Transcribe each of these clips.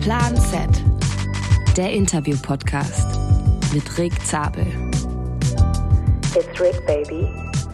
Plan Z, der Interview-Podcast mit Rick Zabel. It's Rick, baby.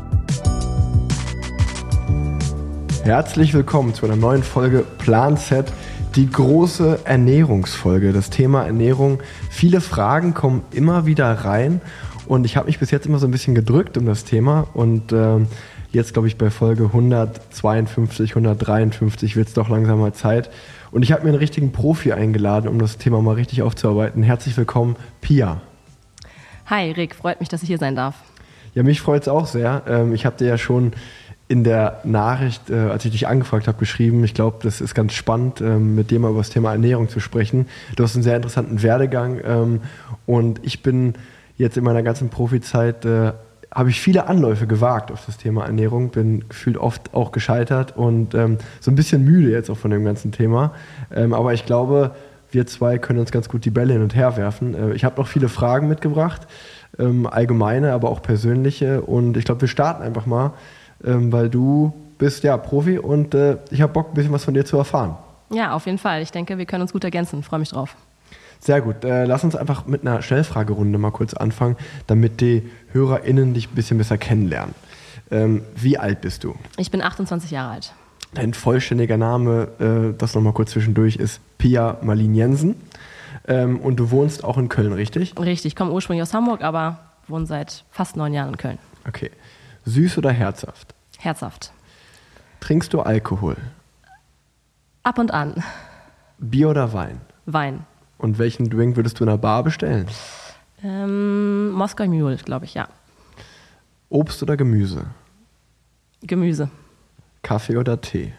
Herzlich willkommen zu einer neuen Folge Plan Z, die große Ernährungsfolge. Das Thema Ernährung, viele Fragen kommen immer wieder rein und ich habe mich bis jetzt immer so ein bisschen gedrückt um das Thema und jetzt glaube ich bei Folge 152, 153 wird es doch langsam mal Zeit und ich habe mir einen richtigen Profi eingeladen, um das Thema mal richtig aufzuarbeiten. Herzlich willkommen, Pia. Hi Rick, freut mich, dass ich hier sein darf. Ja, mich freut es auch sehr. Ich habe dir ja schon in der Nachricht, als ich dich angefragt habe, geschrieben, ich glaube, das ist ganz spannend, mit dir mal über das Thema Ernährung zu sprechen. Du hast einen sehr interessanten Werdegang und ich bin jetzt in meiner ganzen Profizeit, habe ich viele Anläufe gewagt auf das Thema Ernährung, bin gefühlt oft auch gescheitert und so ein bisschen müde jetzt auch von dem ganzen Thema. Aber ich glaube, wir zwei können uns ganz gut die Bälle hin und her werfen. Ich habe noch viele Fragen mitgebracht, allgemeine, aber auch persönliche und ich glaube, wir starten einfach mal, weil du bist ja Profi und ich habe Bock, ein bisschen was von dir zu erfahren. Ja, auf jeden Fall. Ich denke, wir können uns gut ergänzen. Freue mich drauf. Sehr gut. Lass uns einfach mit einer Schnellfragerunde mal kurz anfangen, damit die HörerInnen dich ein bisschen besser kennenlernen. Wie alt bist du? Ich bin 28 Jahre alt. Dein vollständiger Name, das nochmal kurz zwischendurch, ist Pia Malin Jensen. Und du wohnst auch in Köln, richtig? Richtig, ich komme ursprünglich aus Hamburg, aber wohne seit fast 9 Jahren in Köln. Okay. Süß oder herzhaft? Herzhaft. Trinkst du Alkohol? Ab und an. Bier oder Wein? Wein. Und welchen Drink würdest du in einer Bar bestellen? Moskau Mule, glaube ich, ja. Obst oder Gemüse? Gemüse. Kaffee oder Tee?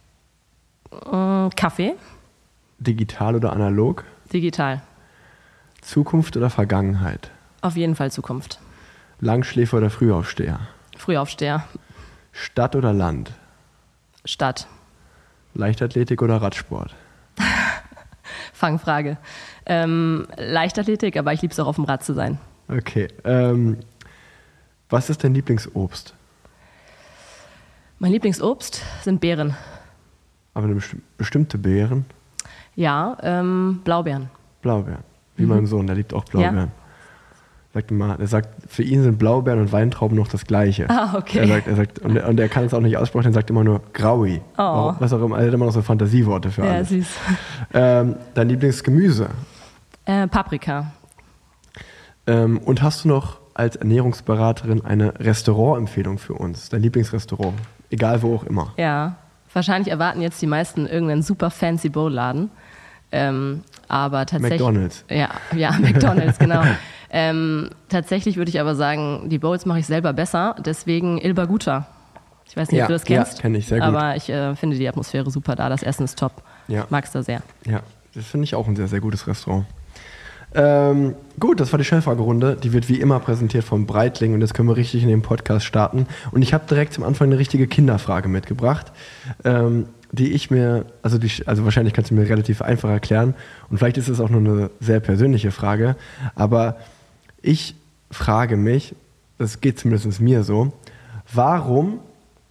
Kaffee. Digital oder analog? Digital. Zukunft oder Vergangenheit? Auf jeden Fall Zukunft. Langschläfer oder Frühaufsteher? Frühaufsteher. Stadt oder Land? Stadt. Leichtathletik oder Radsport? Fangfrage. Leichtathletik, aber ich liebe es auch auf dem Rad zu sein. Okay. Was ist dein Lieblingsobst? Mein Lieblingsobst sind Beeren. Aber eine bestimmte Beeren? Ja, Blaubeeren. Blaubeeren. Wie mein Sohn, der liebt auch Blaubeeren. Ja. Er sagt, für ihn sind Blaubeeren und Weintrauben noch das Gleiche. Ah, okay. Er sagt und er kann es auch nicht aussprechen, er sagt immer nur Graui. Oh. Was auch immer, er hat immer noch so Fantasieworte für alles. Ja, süß. Dein Lieblingsgemüse? Paprika. Und hast du noch als Ernährungsberaterin eine Restaurantempfehlung für uns? Dein Lieblingsrestaurant? Egal wo auch immer. Ja, wahrscheinlich erwarten jetzt die meisten irgendeinen super fancy Bowl-Laden. Aber tatsächlich... McDonald's. Ja, McDonald's, genau. Tatsächlich würde ich aber sagen, die Bowls mache ich selber besser, deswegen Il Baguta. Ich weiß nicht, ob du das kennst. Ja, kenne ich sehr gut. Aber ich finde die Atmosphäre super da, das Essen ist top. Ja. Mag's da sehr. Ja, das finde ich auch ein sehr, sehr gutes Restaurant. Gut, das war die Schnellfragerunde. Die wird wie immer präsentiert vom Breitling und jetzt können wir richtig in den Podcast starten. Und ich habe direkt zum Anfang eine richtige Kinderfrage mitgebracht, die ich mir, also wahrscheinlich kannst du mir relativ einfach erklären und vielleicht ist es auch nur eine sehr persönliche Frage, aber ich frage mich, das geht zumindest mir so, warum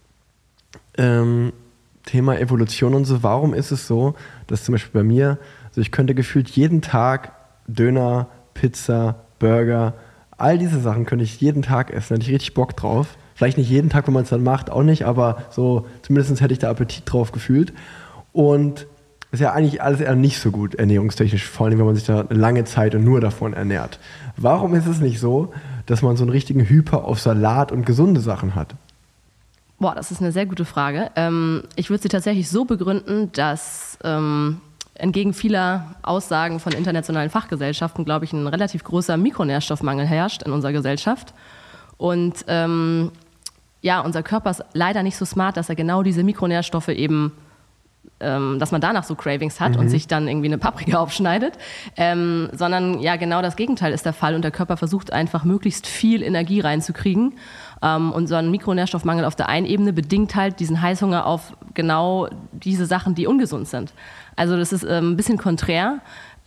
Thema Evolution und so, warum ist es so, dass zum Beispiel bei mir, also ich könnte gefühlt jeden Tag Döner, Pizza, Burger, all diese Sachen könnte ich jeden Tag essen, da hätte ich richtig Bock drauf. Vielleicht nicht jeden Tag, wenn man es dann macht, auch nicht, aber so zumindest hätte ich da Appetit drauf gefühlt. Und ist ja eigentlich alles eher nicht so gut ernährungstechnisch, vor allem wenn man sich da eine lange Zeit und nur davon ernährt. Warum ist es nicht so, dass man so einen richtigen Hyper auf Salat und gesunde Sachen hat? Boah, das ist eine sehr gute Frage. Ich würde sie tatsächlich so begründen, dass entgegen vieler Aussagen von internationalen Fachgesellschaften, glaube ich, ein relativ großer Mikronährstoffmangel herrscht in unserer Gesellschaft. Und unser Körper ist leider nicht so smart, dass er genau diese Mikronährstoffe eben, dass man danach so Cravings hat und sich dann irgendwie eine Paprika aufschneidet, sondern ja, genau das Gegenteil ist der Fall und der Körper versucht einfach möglichst viel Energie reinzukriegen und so ein Mikronährstoffmangel auf der einen Ebene bedingt halt diesen Heißhunger auf genau diese Sachen, die ungesund sind. Also das ist ein bisschen konträr.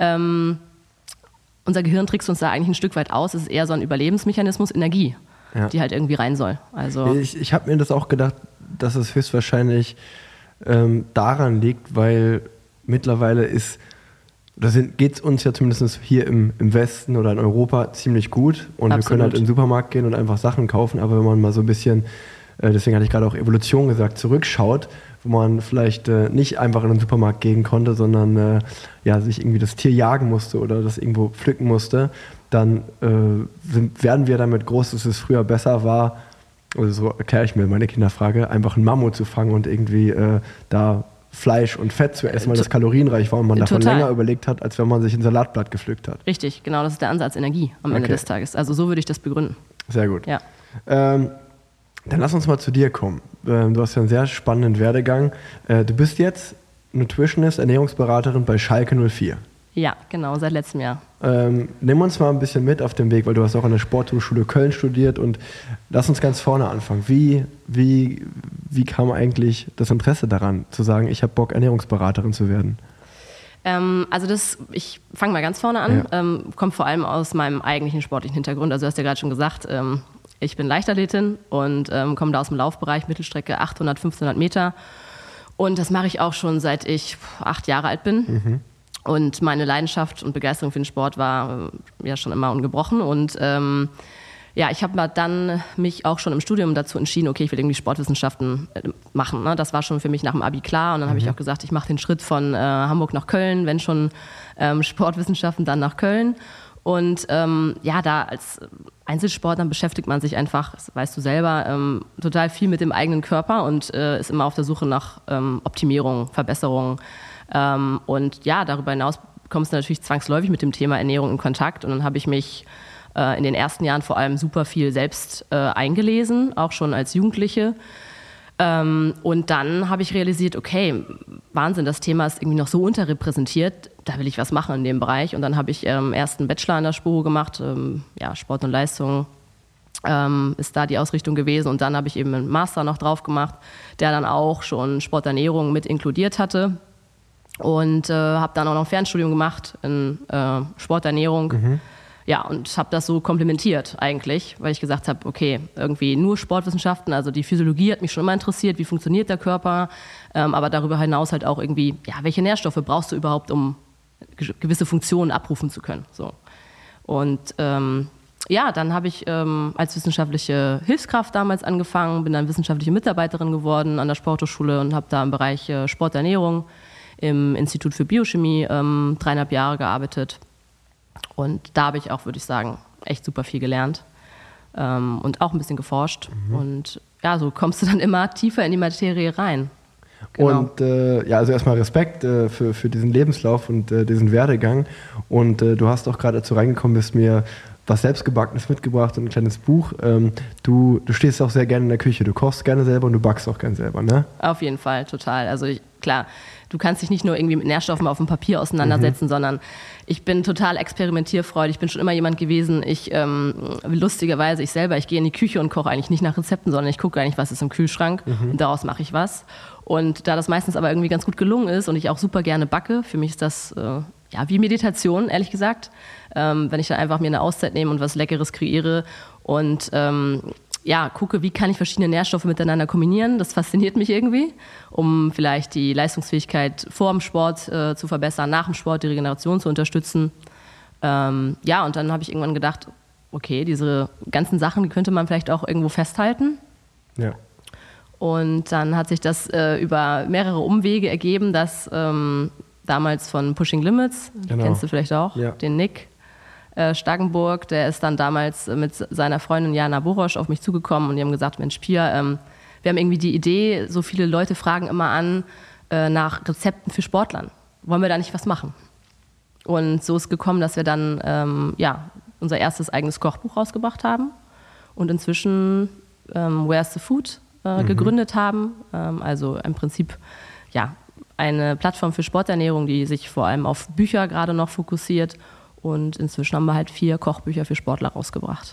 Unser Gehirn trickst uns da eigentlich ein Stück weit aus. Es ist eher so ein Überlebensmechanismus, Energie, die halt irgendwie rein soll. Also ich habe mir das auch gedacht, dass es höchstwahrscheinlich daran liegt, weil mittlerweile ist geht es uns ja zumindest hier im Westen oder in Europa ziemlich gut und Absolut. wir können halt in den Supermarkt gehen und einfach Sachen kaufen, aber wenn man mal so ein bisschen, deswegen hatte ich gerade auch Evolution gesagt, zurückschaut, wo man vielleicht nicht einfach in den Supermarkt gehen konnte, sondern sich irgendwie das Tier jagen musste oder das irgendwo pflücken musste, dann werden wir damit groß, dass es früher besser war, also so erkläre ich mir meine Kinderfrage, einfach einen Mammut zu fangen und irgendwie da Fleisch und Fett zu essen, weil das kalorienreich war und man davon länger überlegt hat, als wenn man sich ein Salatblatt gepflückt hat. Richtig, genau, das ist der Ansatz Energie am Ende des Tages. Also so würde ich das begründen. Sehr gut. Ja. Dann lass uns mal zu dir kommen. Du hast ja einen sehr spannenden Werdegang. Du bist jetzt Nutritionist, Ernährungsberaterin bei Schalke 04. Ja, genau, seit letztem Jahr. Nimm uns mal ein bisschen mit auf dem Weg, weil du hast auch an der Sporthochschule Köln studiert und lass uns ganz vorne anfangen. Wie kam eigentlich das Interesse daran, zu sagen, ich habe Bock, Ernährungsberaterin zu werden? Ich fange mal ganz vorne an, kommt vor allem aus meinem eigentlichen sportlichen Hintergrund. Also du hast ja gerade schon gesagt, ich bin Leichtathletin und komme da aus dem Laufbereich, Mittelstrecke 800, 1500 Meter. Und das mache ich auch schon seit ich 8 Jahre alt bin. Mhm. Und meine Leidenschaft und Begeisterung für den Sport war ja schon immer ungebrochen. Und ich habe dann mich auch schon im Studium dazu entschieden, okay, ich will irgendwie Sportwissenschaften machen. Ne? Das war schon für mich nach dem Abi klar. Und dann habe ich auch gesagt, ich mache den Schritt von Hamburg nach Köln, wenn schon Sportwissenschaften, dann nach Köln. Und da als Einzelsportler beschäftigt man sich einfach, das weißt du selber, total viel mit dem eigenen Körper und ist immer auf der Suche nach Optimierung, Verbesserung. Und darüber hinaus kommst du natürlich zwangsläufig mit dem Thema Ernährung in Kontakt. Und dann habe ich mich in den ersten Jahren vor allem super viel selbst eingelesen, auch schon als Jugendliche. Und dann habe ich realisiert, okay, Wahnsinn, das Thema ist irgendwie noch so unterrepräsentiert, da will ich was machen in dem Bereich. Und dann habe ich erst einen Bachelor an der SPOHO gemacht, Sport und Leistung ist da die Ausrichtung gewesen. Und dann habe ich eben einen Master noch drauf gemacht, der dann auch schon Sporternährung mit inkludiert hatte. Und habe dann auch noch ein Fernstudium gemacht in Sporternährung. Mhm. Ja, und habe das so komplementiert eigentlich, weil ich gesagt habe, okay, irgendwie nur Sportwissenschaften, also die Physiologie hat mich schon immer interessiert, wie funktioniert der Körper, aber darüber hinaus halt auch irgendwie, welche Nährstoffe brauchst du überhaupt, um gewisse Funktionen abrufen zu können. So. Und dann habe ich als wissenschaftliche Hilfskraft damals angefangen, bin dann wissenschaftliche Mitarbeiterin geworden an der Sporthochschule und habe da im Bereich Sporternährung im Institut für Biochemie 3,5 Jahre gearbeitet. Und da habe ich auch, würde ich sagen, echt super viel gelernt und auch ein bisschen geforscht. Mhm. Und so kommst du dann immer tiefer in die Materie rein. Genau. Und also erstmal Respekt für diesen Lebenslauf und diesen Werdegang. Und du hast auch gerade dazu reingekommen, bist mir was Selbstgebackenes mitgebracht und ein kleines Buch. Du stehst auch sehr gerne in der Küche. Du kochst gerne selber und du backst auch gerne selber, ne? Auf jeden Fall, total. Also klar, du kannst dich nicht nur irgendwie mit Nährstoffen auf dem Papier auseinandersetzen, sondern ich bin total experimentierfreudig. Ich bin schon immer jemand gewesen, lustigerweise ich gehe in die Küche und koche eigentlich nicht nach Rezepten, sondern ich gucke eigentlich, was ist im Kühlschrank und daraus mache ich was. Und da das meistens aber irgendwie ganz gut gelungen ist und ich auch super gerne backe, für mich ist das wie Meditation, ehrlich gesagt, wenn ich dann einfach mir eine Auszeit nehme und was Leckeres kreiere und gucke, wie kann ich verschiedene Nährstoffe miteinander kombinieren. Das fasziniert mich irgendwie, um vielleicht die Leistungsfähigkeit vor dem Sport zu verbessern, nach dem Sport die Regeneration zu unterstützen. Und dann habe ich irgendwann gedacht, okay, diese ganzen Sachen, die könnte man vielleicht auch irgendwo festhalten. Ja. Und dann hat sich das über mehrere Umwege ergeben, dass damals von Pushing Limits, kennst du vielleicht auch, den Nick Staggenburg, der ist dann damals mit seiner Freundin Jana Borosch auf mich zugekommen und die haben gesagt, Mensch Pia, wir haben irgendwie die Idee, so viele Leute fragen immer an nach Rezepten für Sportlern. Wollen wir da nicht was machen? Und so ist gekommen, dass wir dann unser erstes eigenes Kochbuch rausgebracht haben und inzwischen Where's the Food gegründet haben. Also im Prinzip eine Plattform für Sporternährung, die sich vor allem auf Bücher gerade noch fokussiert. Und inzwischen haben wir halt 4 Kochbücher für Sportler rausgebracht.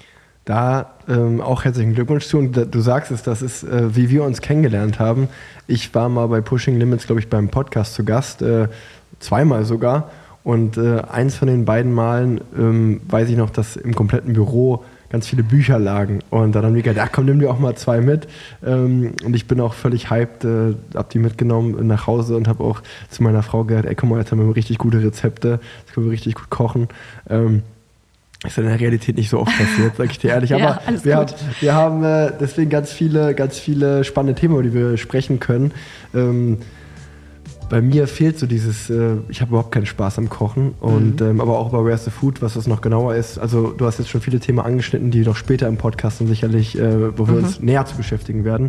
Da auch herzlichen Glückwunsch zu. Und du sagst es, das ist, wie wir uns kennengelernt haben. Ich war mal bei Pushing Limits, glaube ich, beim Podcast zu Gast, 2-mal sogar. Und eins von den beiden Malen weiß ich noch, dass im kompletten Büro ganz viele Bücher lagen. Und dann haben die gesagt, komm, nimm dir auch mal 2 mit. Und ich bin auch völlig hyped, hab die mitgenommen nach Hause und habe auch zu meiner Frau gesagt, guck mal, jetzt haben wir richtig gute Rezepte, jetzt können wir richtig gut kochen. Ist in der Realität nicht so oft passiert, sag ich dir ehrlich. Aber wir haben deswegen ganz viele spannende Themen, über die wir sprechen können. Bei mir fehlt so dieses, ich habe überhaupt keinen Spaß am Kochen. Und aber auch bei Where's the Food, was das noch genauer ist. Also du hast jetzt schon viele Themen angeschnitten, die noch später im Podcast und sicherlich, wo wir uns näher zu beschäftigen werden.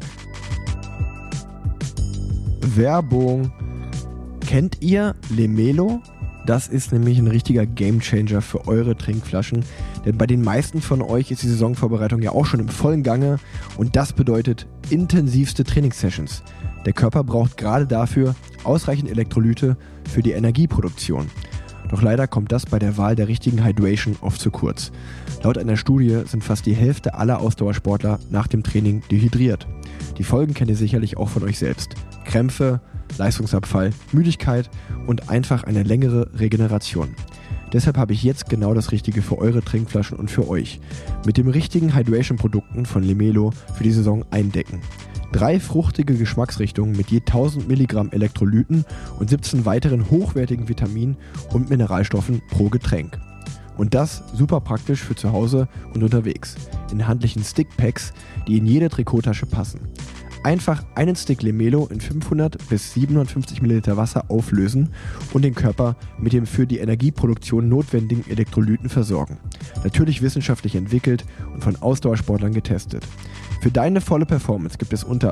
Werbung. Kennt ihr Lemelo? Das ist nämlich ein richtiger Gamechanger für eure Trinkflaschen, denn bei den meisten von euch ist die Saisonvorbereitung ja auch schon im vollen Gange und das bedeutet intensivste Trainingssessions. Der Körper braucht gerade dafür ausreichend Elektrolyte für die Energieproduktion. Doch leider kommt das bei der Wahl der richtigen Hydration oft zu kurz. Laut einer Studie sind fast die Hälfte aller Ausdauersportler nach dem Training dehydriert. Die Folgen kennt ihr sicherlich auch von euch selbst. Krämpfe, Leistungsabfall, Müdigkeit und einfach eine längere Regeneration. Deshalb habe ich jetzt genau das Richtige für eure Trinkflaschen und für euch. Mit dem richtigen Hydration-Produkten von Lemelo für die Saison eindecken. 3 fruchtige Geschmacksrichtungen mit je 1000 Milligramm Elektrolyten und 17 weiteren hochwertigen Vitaminen und Mineralstoffen pro Getränk. Und das super praktisch für zu Hause und unterwegs. In handlichen Stickpacks, die in jede Trikottasche passen. Einfach einen Stick Lemelo in 500 bis 750 Milliliter Wasser auflösen und den Körper mit dem für die Energieproduktion notwendigen Elektrolyten versorgen. Natürlich wissenschaftlich entwickelt und von Ausdauersportlern getestet. Für deine volle Performance gibt es unter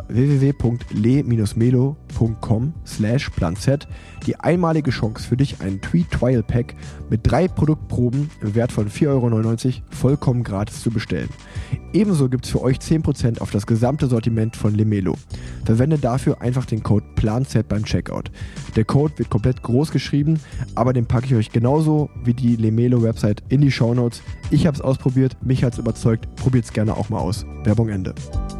www.le-melo.com/planz die einmalige Chance für dich, einen Trial Pack mit 3 Produktproben im Wert von 4,99 € vollkommen gratis zu bestellen. Ebenso gibt es für euch 10% auf das gesamte Sortiment von Lemelo. Verwende dafür einfach den Code PLANZ beim Checkout. Der Code wird komplett groß geschrieben, aber den packe ich euch genauso wie die Lemelo-Website in die Shownotes. Ich habe es ausprobiert, mich hat es überzeugt, probiert es gerne auch mal aus. Werbung Ende.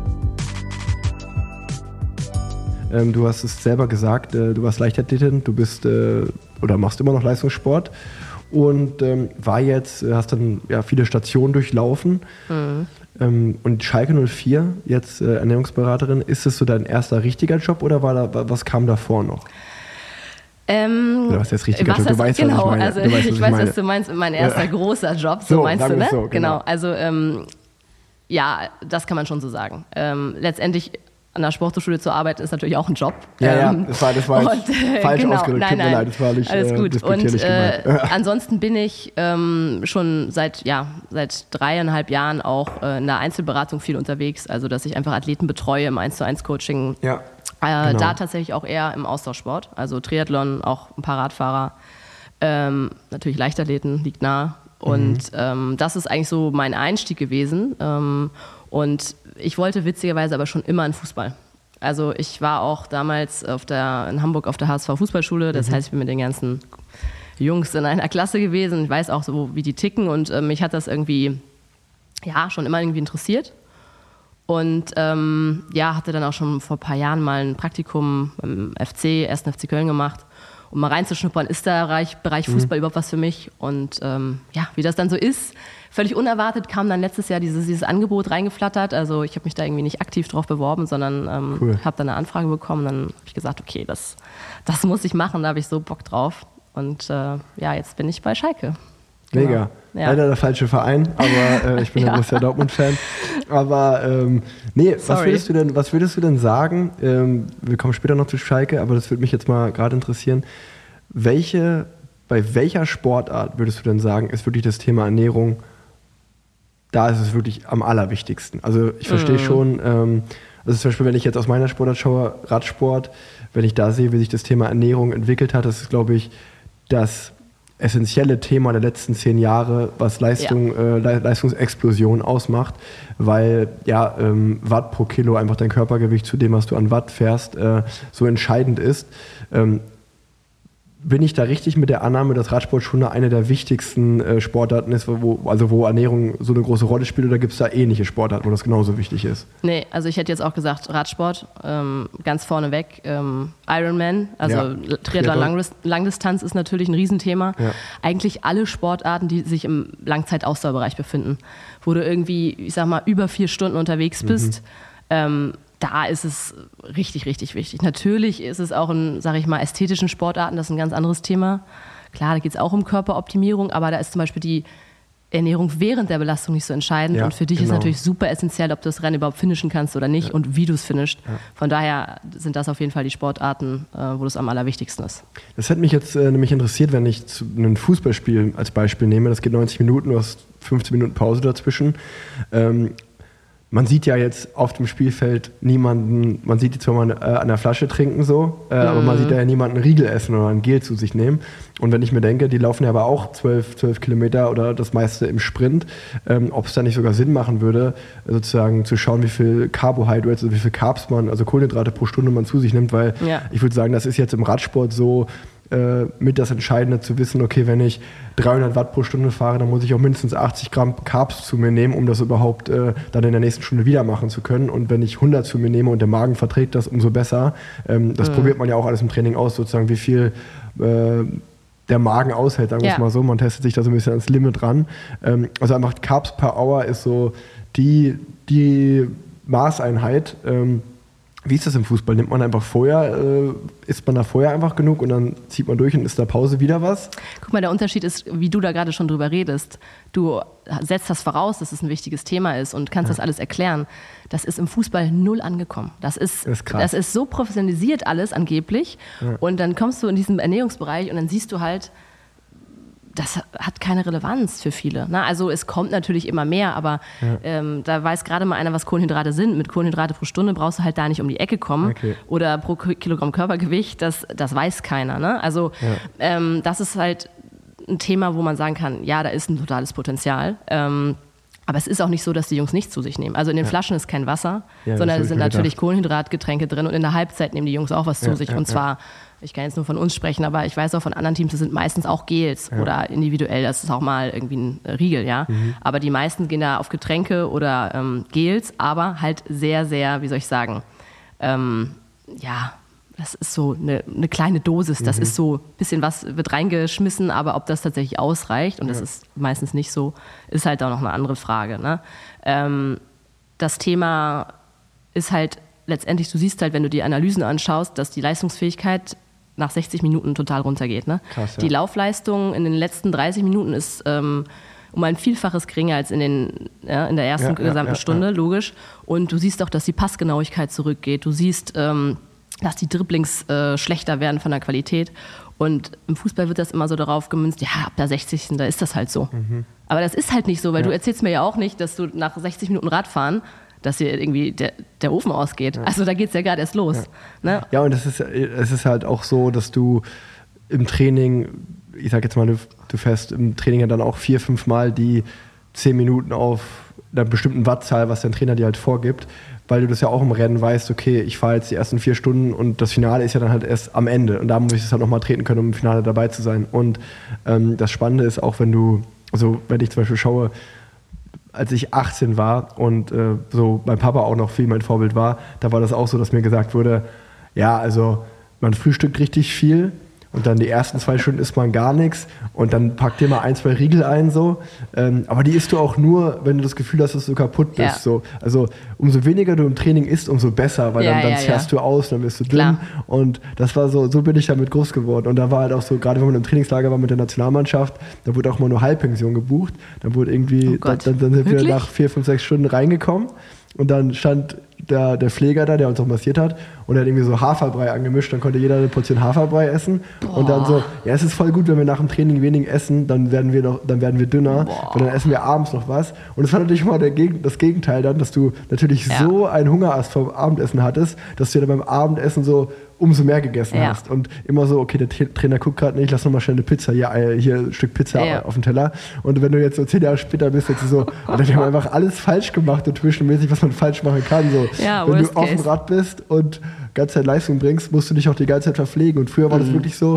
Du hast es selber gesagt, du warst Leichtathletin, du bist oder machst immer noch Leistungssport und hast dann viele Stationen durchlaufen. Und Schalke 04, jetzt Ernährungsberaterin, ist es so dein erster richtiger Job oder was kam davor noch? Oder was ist jetzt richtiger Job? Du weißt, was ich meine. Also ich weiß, was du meinst, mein erster großer Job, so meinst du, ne? So, genau. Also das kann man schon so sagen. Letztendlich an der Sporthochschule zu arbeiten ist natürlich auch ein Job. Das war falsch ausgedrückt. Tut mir leid, das war nicht alles gut. Und gemeint. ansonsten bin ich schon seit 3,5 Jahren auch in der Einzelberatung viel unterwegs. Also, dass ich einfach Athleten betreue im 1:1-Coaching. Ja, genau. Da tatsächlich auch eher im Austauschsport. Also Triathlon, auch ein paar Radfahrer. Natürlich Leichtathleten, liegt nah. Und das ist eigentlich so mein Einstieg gewesen. Und ich wollte witzigerweise aber schon immer in Fußball. Also ich war auch damals in Hamburg auf der HSV-Fußballschule. Das heißt, ich bin mit den ganzen Jungs in einer Klasse gewesen. Ich weiß auch so, wie die ticken. Und mich hat das irgendwie schon immer irgendwie interessiert. Und hatte dann auch schon vor ein paar Jahren mal ein Praktikum beim 1. FC Köln gemacht, um mal reinzuschnuppern, ist der Bereich Fußball überhaupt was für mich? Und wie das dann so ist, völlig unerwartet kam dann letztes Jahr dieses Angebot reingeflattert. Also ich habe mich da irgendwie nicht aktiv drauf beworben, sondern habe dann eine Anfrage bekommen. Dann habe ich gesagt, okay, das muss ich machen, da habe ich so Bock drauf. Und jetzt bin ich bei Schalke. Mega. Genau. Ja. Leider der falsche Verein, aber ich bin der Borussia Dortmund-Fan. Aber was würdest du denn sagen? Wir kommen später noch zu Schalke, aber das würde mich jetzt mal gerade interessieren. Bei welcher Sportart würdest du denn sagen, ist wirklich das Thema Ernährung, da ist es wirklich am allerwichtigsten? Also ich verstehe schon, also zum Beispiel, wenn ich jetzt aus meiner Sportart schaue, Radsport, wenn ich da sehe, wie sich das Thema Ernährung entwickelt hat, das ist, glaube ich, das essentielle Thema der letzten 10 Jahre, was Leistungsexplosion ausmacht, weil Watt pro Kilo einfach dein Körpergewicht zu dem, was du an Watt fährst, so entscheidend ist. bin ich da richtig mit der Annahme, dass Radsport schon eine der wichtigsten Sportarten ist, wo Ernährung so eine große Rolle spielt, oder gibt es da ähnliche Sportarten, wo das genauso wichtig ist? Nee, also ich hätte jetzt auch gesagt Radsport, ganz vorneweg. Ironman, also Triathlon Langdistanz ist natürlich ein Riesenthema. Ja. Eigentlich alle Sportarten, die sich im Langzeitausdauerbereich befinden, wo du irgendwie, ich sag mal, über 4 Stunden unterwegs bist, da ist es richtig, richtig wichtig. Natürlich ist es auch in, sage ich mal, ästhetischen Sportarten, das ist ein ganz anderes Thema. Klar, da geht es auch um Körperoptimierung, aber da ist zum Beispiel die Ernährung während der Belastung nicht so entscheidend. Und für dich ist natürlich super essentiell, ob du das Rennen überhaupt finishen kannst oder nicht und wie du es finishst. Ja. Von daher sind das auf jeden Fall die Sportarten, wo das am allerwichtigsten ist. Das hätte mich jetzt nämlich interessiert, wenn ich ein Fußballspiel als Beispiel nehme. Das geht 90 Minuten, du hast 15 Minuten Pause dazwischen. Man sieht ja jetzt auf dem Spielfeld niemanden, man sieht die zwar mal an der Flasche trinken so, aber man sieht ja niemanden einen Riegel essen oder ein Gel zu sich nehmen. Und wenn ich mir denke, die laufen ja aber auch 12 Kilometer oder das meiste im Sprint, ob es da nicht sogar Sinn machen würde, sozusagen zu schauen, wie viel Carbohydrates, also wie viel Carbs man, also Kohlenhydrate pro Stunde man zu sich nimmt, weil ich würde sagen, das ist jetzt im Radsport so, mit das Entscheidende zu wissen, okay, wenn ich 300 Watt pro Stunde fahre, dann muss ich auch mindestens 80 Gramm Carbs zu mir nehmen, um das überhaupt dann in der nächsten Stunde wieder machen zu können. Und wenn ich 100 zu mir nehme und der Magen verträgt das, umso besser. Das probiert man ja auch alles im Training aus, sozusagen, wie viel der Magen aushält, sagen wir es mal so. Man testet sich da so ein bisschen ans Limit ran. Also einfach Carbs per Hour ist so die Maßeinheit. Wie ist das im Fußball? Nimmt man einfach isst man da vorher einfach genug und dann zieht man durch und ist da Pause wieder was? Guck mal, der Unterschied ist, wie du da gerade schon drüber redest. Du setzt das voraus, dass es ein wichtiges Thema ist und kannst das alles erklären. Das ist im Fußball null angekommen. Das ist krass. Das ist so professionalisiert alles angeblich. Ja. Und dann kommst du in diesen Ernährungsbereich und dann siehst du halt, das hat keine Relevanz für viele. Na, also es kommt natürlich immer mehr, aber da weiß gerade mal einer, was Kohlenhydrate sind. Mit Kohlenhydrate pro Stunde brauchst du halt da nicht um die Ecke kommen oder pro Kilogramm Körpergewicht, das weiß keiner. Ne? Also das ist halt ein Thema, wo man sagen kann, ja, da ist ein totales Potenzial. Aber es ist auch nicht so, dass die Jungs nichts zu sich nehmen. Also in den Flaschen ist kein Wasser, sondern es sind natürlich Kohlenhydratgetränke drin und in der Halbzeit nehmen die Jungs auch was zu sich. Und zwar, ich kann jetzt nur von uns sprechen, aber ich weiß auch von anderen Teams, das sind meistens auch Gels oder individuell, das ist auch mal irgendwie ein Riegel, Aber die meisten gehen da auf Getränke oder Gels, aber halt sehr, sehr, wie soll ich sagen, das ist so eine kleine Dosis, das ist so ein bisschen was wird reingeschmissen, aber ob das tatsächlich ausreicht, und das ist meistens nicht so, ist halt auch noch eine andere Frage. Ne? Das Thema ist halt letztendlich, du siehst halt, wenn du die Analysen anschaust, dass die Leistungsfähigkeit nach 60 Minuten total runtergeht. Ne? Krass, die Laufleistung in den letzten 30 Minuten ist um ein Vielfaches geringer als in der ersten gesamten Stunde, logisch. Und du siehst auch, dass die Passgenauigkeit zurückgeht. Du siehst, dass die Dribblings schlechter werden von der Qualität. Und im Fußball wird das immer so darauf gemünzt, ab der 60. da ist das halt so. Aber das ist halt nicht so, weil du erzählst mir ja auch nicht, dass du nach 60 Minuten Radfahren, dass hier irgendwie der Ofen ausgeht. Also da geht es ja gerade erst los. Ne? Ja, und es ist halt auch so, dass du im Training, ich sag jetzt mal, du fährst im Training ja dann auch 4-5 Mal die 10 Minuten auf einer bestimmten Wattzahl, was dein Trainer dir halt vorgibt, weil du das ja auch im Rennen weißt, okay, ich fahre jetzt die ersten 4 Stunden und das Finale ist ja dann halt erst am Ende und da muss ich es halt nochmal treten können, um im Finale dabei zu sein. Und das Spannende ist auch, wenn ich zum Beispiel schaue, als ich 18 war und so mein Papa auch noch viel mein Vorbild war, da war das auch so, dass mir gesagt wurde, ja, also man frühstückt richtig viel und dann die ersten 2 Stunden isst man gar nichts und dann packt dir mal 1, 2 Riegel ein, so. Aber die isst du auch nur, wenn du das Gefühl hast, dass du kaputt bist. Ja. So. Also umso weniger du im Training isst, umso besser, weil dann fährst du aus, dann wirst du dünn. Klar. Und das war so bin ich damit groß geworden. Und da war halt auch so, gerade wenn man im Trainingslager war mit der Nationalmannschaft, da wurde auch mal nur Halbpension gebucht. Dann wurde irgendwie, dann sind wir nach 4, 5, 6 Stunden reingekommen und dann stand der Pfleger da, der uns auch massiert hat, und er hat irgendwie so Haferbrei angemischt, dann konnte jeder eine Portion Haferbrei essen. Boah. Und dann so, ja, es ist voll gut, wenn wir nach dem Training wenig essen, dann werden wir dünner, weil dann essen wir abends noch was. Und es war natürlich mal das Gegenteil dann, dass du natürlich so einen Hungerast vom Abendessen hattest, dass du dann beim Abendessen so umso mehr gegessen hast. Und immer so, okay, der Trainer guckt gerade nicht, lass noch mal schnell eine Pizza, hier ein Stück Pizza auf dem Teller. Und wenn du jetzt so 10 Jahre später bist, jetzt so, wir haben einfach alles falsch gemacht und zwischenmäßig, was man falsch machen kann. So. Ja, wenn du auf dem Rad bist und ganze Zeit Leistung bringst, musst du dich auch die ganze Zeit verpflegen. Und früher war das wirklich so,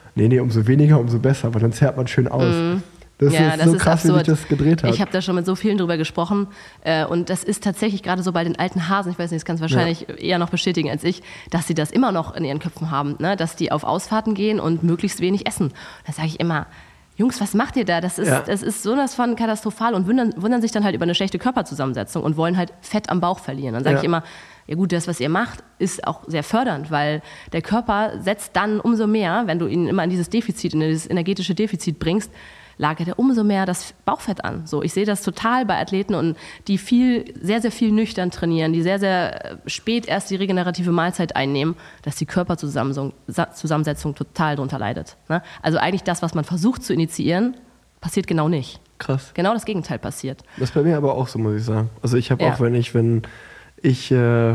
Nee, umso weniger, umso besser, weil dann zerrt man schön aus. Das ist so krass, wie sich das gedreht hat. Ich habe da schon mit so vielen drüber gesprochen und das ist tatsächlich gerade so bei den alten Hasen, ich weiß nicht, das kannst du wahrscheinlich eher noch bestätigen als ich, dass sie das immer noch in ihren Köpfen haben, ne? Dass die auf Ausfahrten gehen und möglichst wenig essen. Da sage ich immer, Jungs, was macht ihr da? Das ist sowas von katastrophal und wundern sich dann halt über eine schlechte Körperzusammensetzung und wollen halt Fett am Bauch verlieren. Dann sage ich immer, ja gut, das, was ihr macht, ist auch sehr fördernd, weil der Körper setzt dann umso mehr, wenn du ihn immer in dieses Defizit, in dieses energetische Defizit bringst, lagert er umso mehr das Bauchfett an. So, ich sehe das total bei Athleten und die sehr, sehr viel nüchtern trainieren, die sehr, sehr spät erst die regenerative Mahlzeit einnehmen, dass die Körperzusammensetzung total drunter leidet. Ne? Also eigentlich das, was man versucht zu initiieren, passiert genau nicht. Krass. Genau das Gegenteil passiert. Das ist bei mir aber auch so, muss ich sagen. Also ich habe auch, wenn ich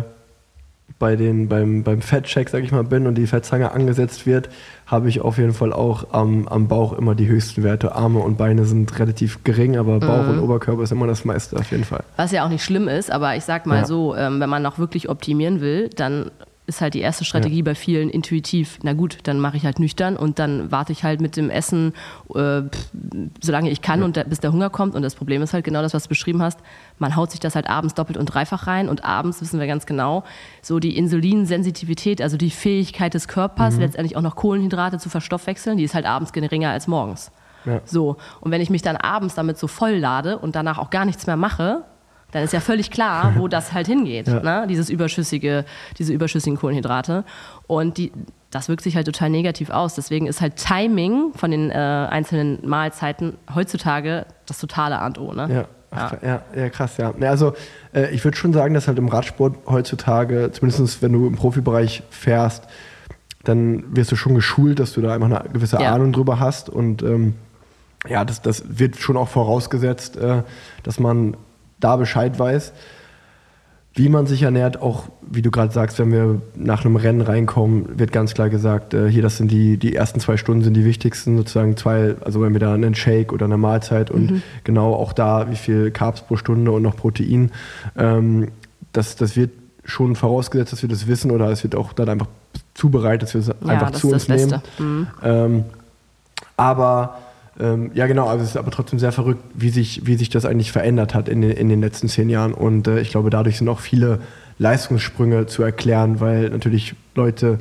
beim Fettcheck, sag ich mal, bin und die Fettzange angesetzt wird, habe ich auf jeden Fall auch am Bauch immer die höchsten Werte. Arme und Beine sind relativ gering, aber Bauch und Oberkörper ist immer das meiste auf jeden Fall. Was ja auch nicht schlimm ist, aber ich sag mal so, wenn man noch wirklich optimieren will, dann ist halt die erste Strategie bei vielen intuitiv, na gut, dann mache ich halt nüchtern und dann warte ich halt mit dem Essen, solange ich kann und bis der Hunger kommt. Und das Problem ist halt genau das, was du beschrieben hast, man haut sich das halt abends doppelt und dreifach rein und abends wissen wir ganz genau, so die Insulinsensitivität, also die Fähigkeit des Körpers, letztendlich auch noch Kohlenhydrate zu verstoffwechseln, die ist halt abends geringer als morgens. Ja. So, und wenn ich mich dann abends damit so voll lade und danach auch gar nichts mehr mache, dann ist ja völlig klar, wo das halt hingeht, ne? Diese überschüssigen Kohlenhydrate. Und das wirkt sich halt total negativ aus. Deswegen ist halt Timing von den einzelnen Mahlzeiten heutzutage das totale A und O. Ne? Ja, krass, ja. Also ich würde schon sagen, dass halt im Radsport heutzutage, zumindest wenn du im Profibereich fährst, dann wirst du schon geschult, dass du da einfach eine gewisse Ahnung drüber hast. Und das wird schon auch vorausgesetzt, dass man da Bescheid weiß, wie man sich ernährt, auch wie du gerade sagst, wenn wir nach einem Rennen reinkommen, wird ganz klar gesagt, hier, das sind die ersten 2 Stunden sind die wichtigsten, sozusagen also wenn wir da einen Shake oder eine Mahlzeit und genau auch da, wie viel Carbs pro Stunde und noch Protein, das wird schon vorausgesetzt, dass wir das wissen oder es wird auch dann einfach zubereitet, dass wir es einfach zu uns nehmen. Aber genau, also es ist aber trotzdem sehr verrückt, wie sich das eigentlich verändert hat in den letzten 10 Jahren. Und ich glaube, dadurch sind auch viele Leistungssprünge zu erklären, weil natürlich Leute,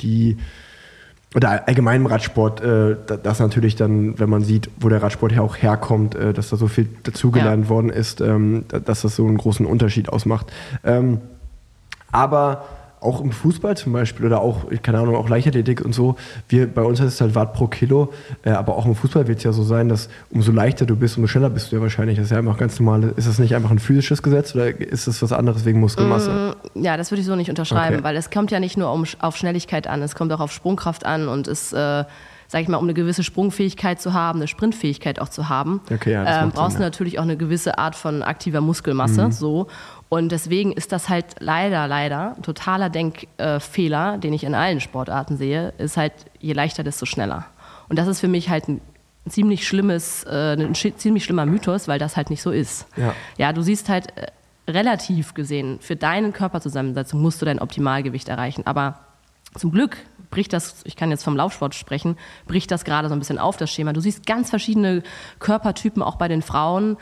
oder allgemein im Radsport, das natürlich dann, wenn man sieht, wo der Radsport ja auch herkommt, dass da so viel dazugelernt worden ist, dass das so einen großen Unterschied ausmacht. Aber auch im Fußball zum Beispiel oder auch, keine Ahnung, auch Leichtathletik und so, bei uns heißt es halt Watt pro Kilo, aber auch im Fußball wird es ja so sein, dass umso leichter du bist, umso schneller bist du ja wahrscheinlich. Das ist ja einfach ganz normal. Ist das nicht einfach ein physisches Gesetz oder ist das was anderes wegen Muskelmasse? Ja, das würde ich so nicht unterschreiben, weil es kommt ja nicht nur auf Schnelligkeit an, es kommt auch auf Sprungkraft an und es sag ich mal, um eine gewisse Sprungfähigkeit zu haben, eine Sprintfähigkeit auch zu haben, brauchst du natürlich auch eine gewisse Art von aktiver Muskelmasse. So. Und deswegen ist das halt leider totaler Denkfehler, den ich in allen Sportarten sehe, ist halt, je leichter, desto schneller. Und das ist für mich halt ein ziemlich schlimmer Mythos, weil das halt nicht so ist. Ja, du siehst halt relativ gesehen, für deine Körperzusammensetzung musst du dein Optimalgewicht erreichen. Aber zum Glück bricht das, ich kann jetzt vom Laufsport sprechen, bricht das gerade so ein bisschen auf, das Schema. Du siehst ganz verschiedene Körpertypen auch bei den Frauen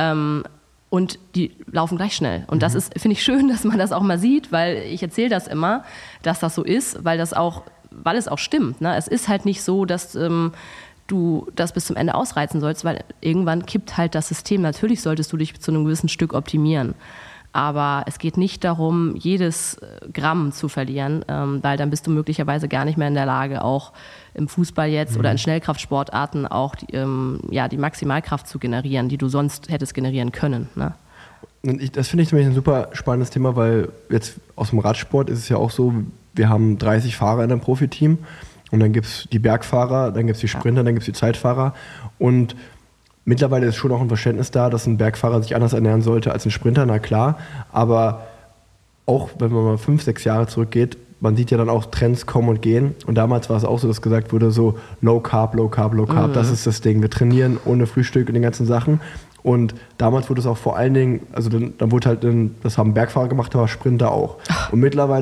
und die laufen gleich schnell. Und das ist, finde ich schön, dass man das auch mal sieht, weil ich erzähle das immer, dass das so ist, weil es auch stimmt. Ne? Es ist halt nicht so, dass du das bis zum Ende ausreizen sollst, weil irgendwann kippt halt das System. Natürlich solltest du dich zu einem gewissen Stück optimieren. Aber es geht nicht darum, jedes Gramm zu verlieren, weil dann bist du möglicherweise gar nicht mehr in der Lage, auch im Fußball jetzt oder in Schnellkraftsportarten auch die Maximalkraft zu generieren, die du sonst hättest generieren können. Ne? Das finde ich zum Beispiel ein super spannendes Thema, weil jetzt aus dem Radsport ist es ja auch so, wir haben 30 Fahrer in einem Profiteam und dann gibt es die Bergfahrer, dann gibt es die Sprinter, dann gibt es die Zeitfahrer und mittlerweile ist schon auch ein Verständnis da, dass ein Bergfahrer sich anders ernähren sollte als ein Sprinter, na klar. Aber auch wenn man mal 5, 6 Jahre zurückgeht, man sieht ja dann auch Trends kommen und gehen. Und damals war es auch so, dass gesagt wurde, so Low Carb, Low Carb, Low Carb, das ist das Ding. Wir trainieren ohne Frühstück und den ganzen Sachen. Und damals wurde es auch vor allen Dingen, also dann wurde halt, das haben Bergfahrer gemacht, aber Sprinter auch. Und mittlerweile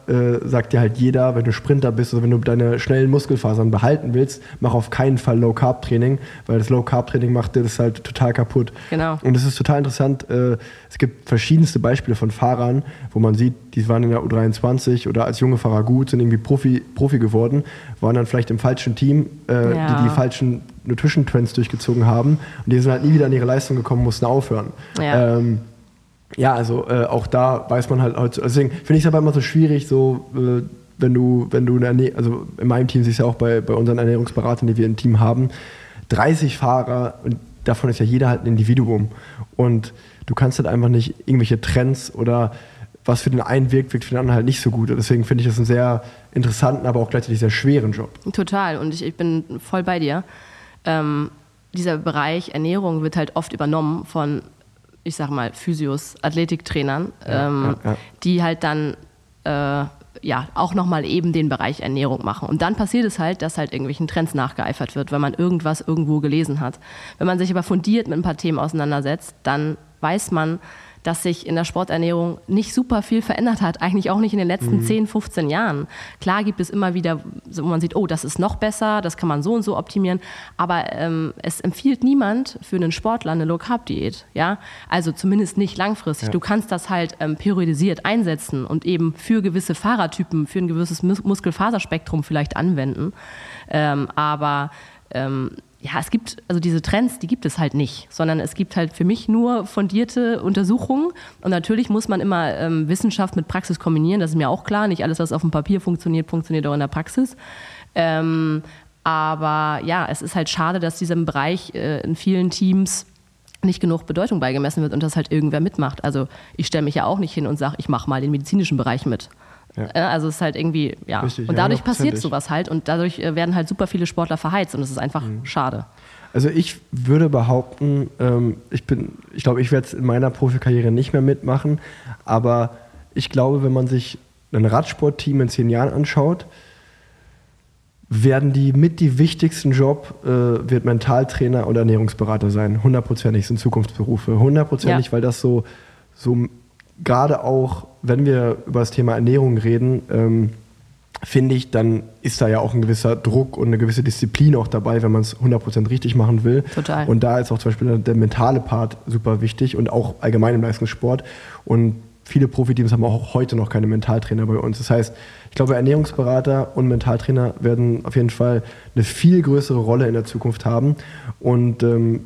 sagt dir halt jeder, wenn du Sprinter bist oder wenn du deine schnellen Muskelfasern behalten willst, mach auf keinen Fall Low-Carb-Training, weil das Low-Carb-Training macht dir das halt total kaputt. Genau. Und es ist total interessant, es gibt verschiedenste Beispiele von Fahrern, wo man sieht, die waren in der U23 oder als junge Fahrer gut, sind irgendwie Profi geworden, waren dann vielleicht im falschen Team, die falschen Nutrition Trends durchgezogen haben und die sind halt nie wieder an ihre Leistung gekommen, mussten aufhören. Ja. Also auch da weiß man halt, deswegen finde ich es aber immer so schwierig, so wenn du also in meinem Team siehst du ja auch bei unseren Ernährungsberatern, die wir im Team haben, 30 Fahrer und davon ist ja jeder halt ein Individuum und du kannst halt einfach nicht irgendwelche Trends oder was für den einen wirkt für den anderen halt nicht so gut. Und deswegen finde ich das einen sehr interessanten, aber auch gleichzeitig sehr schweren Job. Total und ich bin voll bei dir. Dieser Bereich Ernährung wird halt oft übernommen von, ich sag mal, Physios, Athletiktrainern, die halt dann auch nochmal eben den Bereich Ernährung machen. Und dann passiert es halt, dass halt irgendwelchen Trends nachgeeifert wird, weil man irgendwas irgendwo gelesen hat. Wenn man sich aber fundiert mit ein paar Themen auseinandersetzt, dann weiß man, dass sich in der Sporternährung nicht super viel verändert hat, eigentlich auch nicht in den letzten 10, 15 Jahren. Klar gibt es immer wieder, wo man sieht, oh, das ist noch besser, das kann man so und so optimieren, aber es empfiehlt niemand für einen Sportler eine Low-Carb-Diät. Ja? Also zumindest nicht langfristig. Ja. Du kannst das halt periodisiert einsetzen und eben für gewisse Fahrertypen, für ein gewisses Muskelfaserspektrum vielleicht anwenden. Es gibt, also diese Trends, die gibt es halt nicht, sondern es gibt halt für mich nur fundierte Untersuchungen und natürlich muss man immer Wissenschaft mit Praxis kombinieren, das ist mir auch klar, nicht alles, was auf dem Papier funktioniert auch in der Praxis. Aber ja, es ist halt schade, dass diesem Bereich in vielen Teams nicht genug Bedeutung beigemessen wird und das halt irgendwer mitmacht. Also ich stelle mich ja auch nicht hin und sage, ich mache mal den medizinischen Bereich mit. Ja. Also es ist halt irgendwie, Richtig, und dadurch passiert sowas halt und dadurch werden halt super viele Sportler verheizt und es ist einfach schade. Also ich würde behaupten, ich glaube, ich werde es in meiner Profikarriere nicht mehr mitmachen, aber ich glaube, wenn man sich ein Radsportteam in 10 Jahren anschaut, werden die wichtigsten Job wird Mentaltrainer oder Ernährungsberater sein. 100%ig sind Zukunftsberufe. 100%ig, weil das so gerade auch, wenn wir über das Thema Ernährung reden, finde ich, dann ist da ja auch ein gewisser Druck und eine gewisse Disziplin auch dabei, wenn man es 100% richtig machen will. Total. Und da ist auch zum Beispiel der mentale Part super wichtig und auch allgemein im Leistungssport. Und viele Profiteams haben auch heute noch keine Mentaltrainer bei uns. Das heißt, ich glaube, Ernährungsberater und Mentaltrainer werden auf jeden Fall eine viel größere Rolle in der Zukunft haben. Und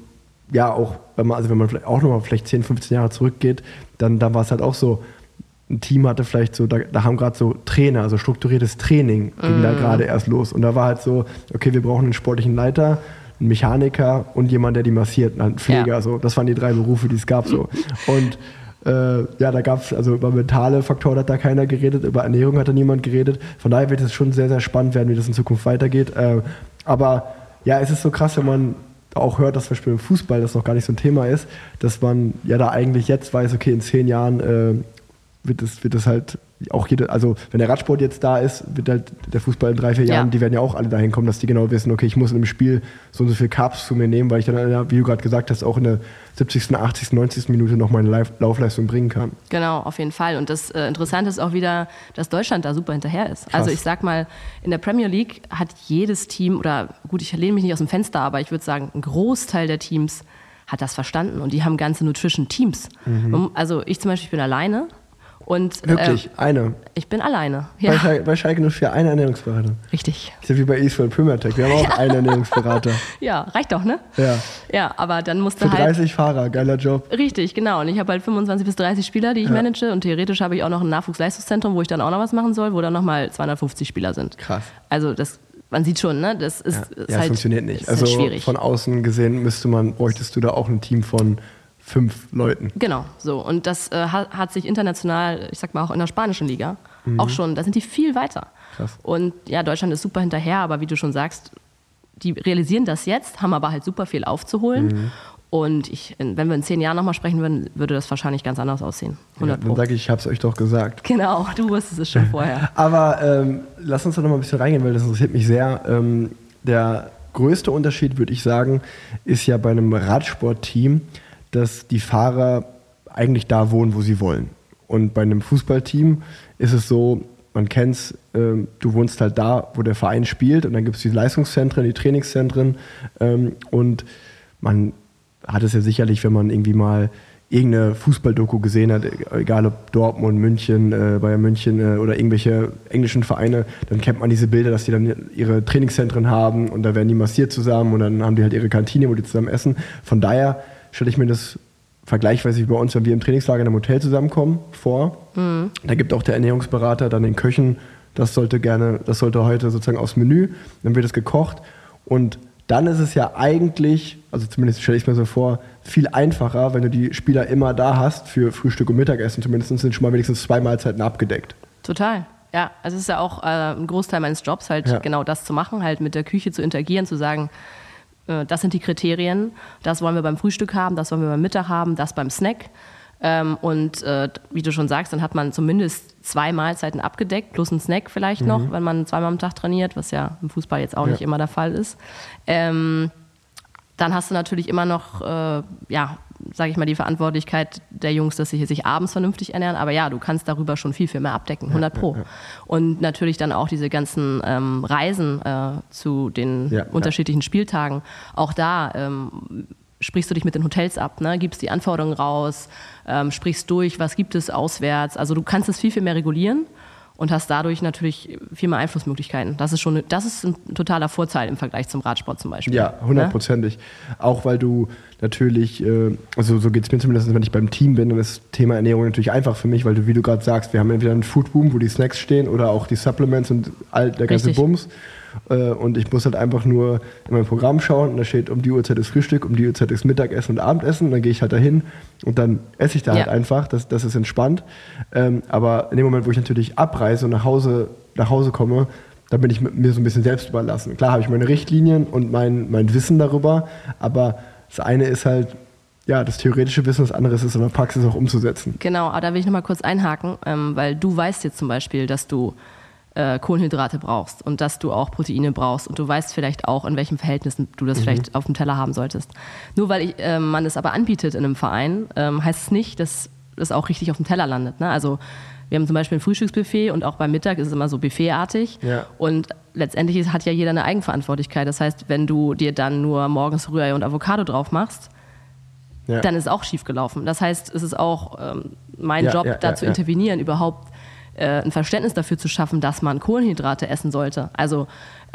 auch wenn man vielleicht auch nochmal 10, 15 Jahre zurückgeht, dann war es halt auch so, ein Team hatte vielleicht so, da haben gerade so Trainer, also strukturiertes Training ging da gerade erst los. Und da war halt so, okay, wir brauchen einen sportlichen Leiter, einen Mechaniker und jemanden, der die massiert, einen Pfleger. Ja. So. Das waren die 3 Berufe, die es gab. So. Und da gab es, also über mentale Faktoren hat da keiner geredet, über Ernährung hat da niemand geredet. Von daher wird es schon sehr, sehr spannend werden, wie das in Zukunft weitergeht. Aber ja, es ist so krass, wenn man auch hört, dass zum Beispiel im Fußball das noch gar nicht so ein Thema ist, dass man ja da eigentlich jetzt weiß, okay, in 10 Jahren wird es halt auch also wenn der Radsport jetzt da ist, wird halt der Fußball in 3, 4 Jahren, die werden ja auch alle dahin kommen, dass die genau wissen, okay, ich muss in einem Spiel so und so viel Carbs zu mir nehmen, weil ich dann, wie du gerade gesagt hast, auch in der 70., 80., 90. Minute noch meine Laufleistung bringen kann. Genau, auf jeden Fall. Und das Interessante ist auch wieder, dass Deutschland da super hinterher ist. Krass. Also ich sag mal, in der Premier League hat jedes Team, oder gut, ich lehne mich nicht aus dem Fenster, aber ich würde sagen, ein Großteil der Teams hat das verstanden und die haben ganze Nutrition-Teams. Also ich zum Beispiel bin alleine. Und, wirklich? Eine? Ich bin alleine. Ja. Bei Schalke 04 eine Ernährungsberater. Richtig. Ist ja wie bei Eastwell Premier Tech. Wir haben auch einen Ernährungsberater. Ja, reicht doch, ne? Ja. Ja, aber dann musste für 30 Fahrer, geiler Job. Richtig, genau. Und ich habe halt 25 bis 30 Spieler, die ich manage. Und theoretisch habe ich auch noch ein Nachwuchsleistungszentrum, wo ich dann auch noch was machen soll, wo dann nochmal 250 Spieler sind. Krass. Also man sieht schon, ne? Das ist halt, funktioniert nicht. Also halt schwierig. Von außen gesehen bräuchtest du da auch ein Team von 5 Leuten. Genau, so. Und das hat sich international, ich sag mal auch in der spanischen Liga, auch schon, da sind die viel weiter. Krass. Und ja, Deutschland ist super hinterher, aber wie du schon sagst, die realisieren das jetzt, haben aber halt super viel aufzuholen. Und wenn wir in 10 Jahren nochmal sprechen würden, würde das wahrscheinlich ganz anders aussehen. 100%. Ja, dann sage ich habe es euch doch gesagt. Genau, du wusstest es schon vorher. Aber lass uns da nochmal ein bisschen reingehen, weil das interessiert mich sehr. Der größte Unterschied, würde ich sagen, ist ja bei einem Radsportteam, dass die Fahrer eigentlich da wohnen, wo sie wollen. Und bei einem Fußballteam ist es so, man kennt's, du wohnst halt da, wo der Verein spielt und dann gibt es die Leistungszentren, die Trainingszentren und man hat es ja sicherlich, wenn man irgendwie mal irgendeine Fußballdoku gesehen hat, egal ob Dortmund, München, Bayern München oder irgendwelche englischen Vereine, dann kennt man diese Bilder, dass die dann ihre Trainingszentren haben und da werden die massiert zusammen und dann haben die halt ihre Kantine, wo die zusammen essen. Von daher stelle ich mir das vergleichsweise wie bei uns, wenn wir im Trainingslager in einem Hotel zusammenkommen, vor. Da gibt auch der Ernährungsberater dann den Köchen, das sollte heute sozusagen aufs Menü, dann wird es gekocht und dann ist es ja eigentlich, also zumindest stelle ich es mir so vor, viel einfacher, wenn du die Spieler immer da hast für Frühstück und Mittagessen. Zumindest sind schon mal wenigstens 2 Mahlzeiten abgedeckt. Total. Ja, also es ist ja auch ein Großteil meines Jobs, halt genau das zu machen, halt mit der Küche zu interagieren, zu sagen, das sind die Kriterien, das wollen wir beim Frühstück haben, das wollen wir beim Mittag haben, das beim Snack. Und wie du schon sagst, dann hat man zumindest 2 Mahlzeiten abgedeckt, plus ein Snack vielleicht noch, wenn man 2-mal am Tag trainiert, was ja im Fußball jetzt auch nicht immer der Fall ist. Dann hast du natürlich immer noch, sage ich mal, die Verantwortlichkeit der Jungs, dass sie sich abends vernünftig ernähren. Aber ja, du kannst darüber schon viel, viel mehr abdecken, 100 Pro. Und natürlich dann auch diese ganzen Reisen zu den unterschiedlichen Spieltagen. Auch da sprichst du dich mit den Hotels ab, ne? Gibst die Anforderungen raus, sprichst durch, was gibt es auswärts. Also du kannst es viel, viel mehr regulieren und hast dadurch natürlich viel mehr Einflussmöglichkeiten. Das ist ein totaler Vorteil im Vergleich zum Radsport zum Beispiel. Ja, 100%ig. Auch weil du natürlich, also so geht es mir zumindest, wenn ich beim Team bin, dann ist das Thema Ernährung natürlich einfach für mich, weil du, wie du gerade sagst, wir haben entweder einen Foodboom, wo die Snacks stehen oder auch die Supplements und der ganze Bums. Und ich muss halt einfach nur in mein Programm schauen und da steht, um die Uhrzeit ist Frühstück, um die Uhrzeit ist Mittagessen und Abendessen. Und dann gehe ich halt dahin und dann esse ich da halt einfach. Das ist entspannt. Aber in dem Moment, wo ich natürlich abreise und nach Hause komme, da bin ich mir so ein bisschen selbst überlassen. Klar habe ich meine Richtlinien und mein Wissen darüber, aber das eine ist halt das theoretische Wissen, das andere ist es in der Praxis auch umzusetzen. Genau, aber da will ich nochmal kurz einhaken, weil du weißt jetzt zum Beispiel, dass du Kohlenhydrate brauchst und dass du auch Proteine brauchst und du weißt vielleicht auch, in welchen Verhältnissen du das vielleicht auf dem Teller haben solltest. Nur weil man es aber anbietet in einem Verein, heißt es nicht, dass es auch richtig auf dem Teller landet. Ne? Also wir haben zum Beispiel ein Frühstücksbuffet und auch beim Mittag ist es immer so buffetartig und letztendlich hat ja jeder eine Eigenverantwortlichkeit. Das heißt, wenn du dir dann nur morgens Rührei und Avocado drauf machst, dann ist es auch schief gelaufen. Das heißt, es ist auch mein Job, da zu intervenieren, überhaupt ein Verständnis dafür zu schaffen, dass man Kohlenhydrate essen sollte. Also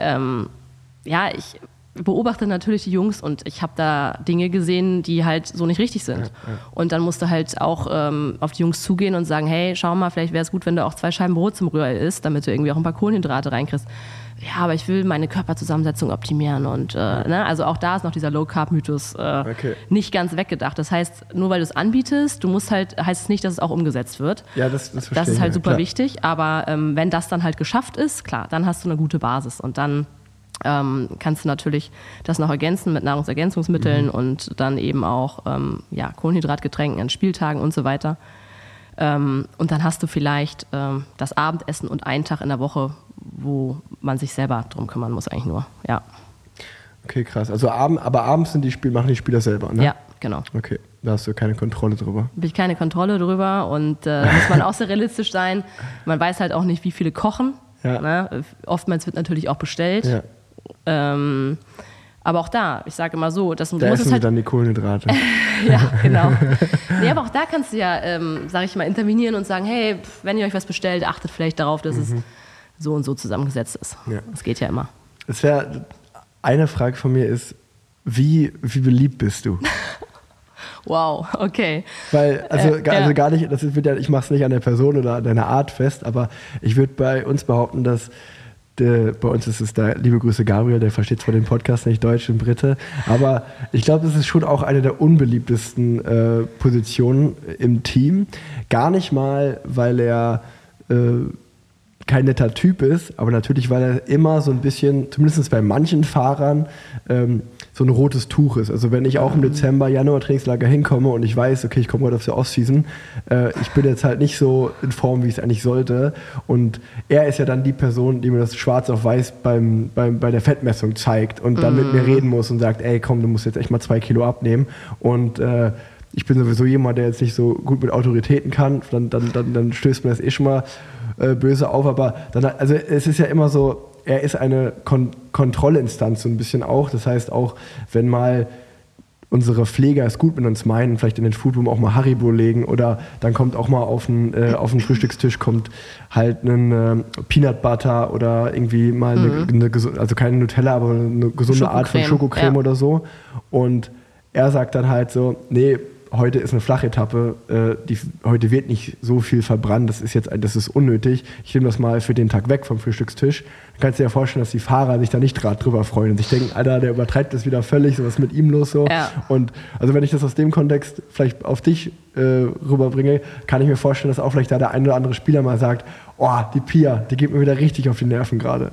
ich beobachte natürlich die Jungs und ich habe da Dinge gesehen, die halt so nicht richtig sind. Und dann musst du halt auch auf die Jungs zugehen und sagen, hey, schau mal, vielleicht wäre es gut, wenn du auch 2 Scheiben Brot zum Rührei isst, damit du irgendwie auch ein paar Kohlenhydrate reinkriegst. Ja, aber ich will meine Körperzusammensetzung optimieren und also auch da ist noch dieser Low-Carb-Mythos nicht ganz weggedacht. Das heißt, nur weil du es anbietest, heißt es nicht, dass es auch umgesetzt wird. Ja, das verstehe ich. Das ist halt super wichtig, aber wenn das dann halt geschafft ist, klar, dann hast du eine gute Basis und dann kannst du natürlich das noch ergänzen mit Nahrungsergänzungsmitteln und dann eben auch Kohlenhydratgetränken an Spieltagen und so weiter. Und dann hast du vielleicht das Abendessen und einen Tag in der Woche, wo man sich selber drum kümmern muss eigentlich nur. Ja. Okay, krass. Also aber abends machen die Spieler selber, ne? Ja, genau. Okay, da hast du keine Kontrolle drüber. Habe ich keine Kontrolle drüber und da muss man auch sehr realistisch sein. Man weiß halt auch nicht, wie viele kochen. Ja. Ne? Oftmals wird natürlich auch bestellt. Ja. Aber auch da, ich sage immer so, das da essen wir halt dann die Kohlenhydrate. Ja, genau. Nee, aber auch da kannst du ja, sage ich mal, intervenieren und sagen, hey, wenn ihr euch was bestellt, achtet vielleicht darauf, dass es so und so zusammengesetzt ist. Ja. Das geht ja immer. Eine Frage von mir ist, wie beliebt bist du? Wow, okay. Weil, gar nicht, ich mache es nicht an der Person oder an deiner Art fest, aber ich würde bei uns behaupten, dass bei uns ist es da, liebe Grüße Gabriel, der versteht zwar den Podcast nicht, Deutsch und Brite, aber ich glaube, das ist schon auch eine der unbeliebtesten Positionen im Team. Gar nicht mal, weil er kein netter Typ ist, aber natürlich, weil er immer so ein bisschen, zumindest bei manchen Fahrern, so ein rotes Tuch ist. Also wenn ich auch im Dezember, Januar Trainingslager hinkomme und ich weiß, okay, ich komme heute auf die Off-Season, ich bin jetzt halt nicht so in Form, wie ich es eigentlich sollte. Und er ist ja dann die Person, die mir das schwarz auf weiß bei der Fettmessung zeigt und dann mit mir reden muss und sagt, ey komm, du musst jetzt echt mal 2 Kilo abnehmen. Und ich bin sowieso jemand, der jetzt nicht so gut mit Autoritäten kann, dann stößt mir das schon mal böse auf, aber dann, also es ist ja immer so, er ist eine Kontrollinstanz so ein bisschen auch, das heißt auch, wenn mal unsere Pfleger es gut mit uns meinen, vielleicht in den Foodroom auch mal Haribo legen oder dann kommt auch mal auf den Frühstückstisch kommt halt ein Peanut Butter oder irgendwie mal also keine Nutella, aber eine gesunde Art von Schokocreme oder so. Und er sagt dann halt so, nee, heute ist eine Flachetappe, heute wird nicht so viel verbrannt, das ist unnötig. Ich nehme das mal für den Tag weg vom Frühstückstisch. Dann kannst du dir ja vorstellen, dass die Fahrer sich da nicht drüber freuen und sich denken, Alter, der übertreibt das wieder völlig, so was ist mit ihm los so. Ja. Und also wenn ich das aus dem Kontext vielleicht auf dich rüberbringe, kann ich mir vorstellen, dass auch vielleicht da der ein oder andere Spieler mal sagt, oh, die Pia, die geht mir wieder richtig auf die Nerven gerade.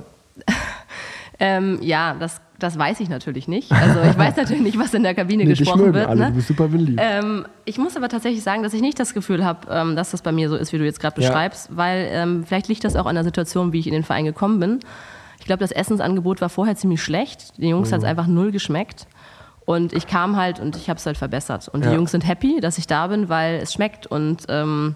Ja, das weiß ich natürlich nicht. Also ich weiß natürlich nicht, was in der Kabine gesprochen wird. Alle, ne? Du bist super beliebt. Ich muss aber tatsächlich sagen, dass ich nicht das Gefühl habe, dass das bei mir so ist, wie du jetzt gerade beschreibst, weil vielleicht liegt das auch an der Situation, wie ich in den Verein gekommen bin. Ich glaube, das Essensangebot war vorher ziemlich schlecht. Den Jungs hat es einfach null geschmeckt. Und ich kam halt und ich habe es halt verbessert. Und die Jungs sind happy, dass ich da bin, weil es schmeckt. Und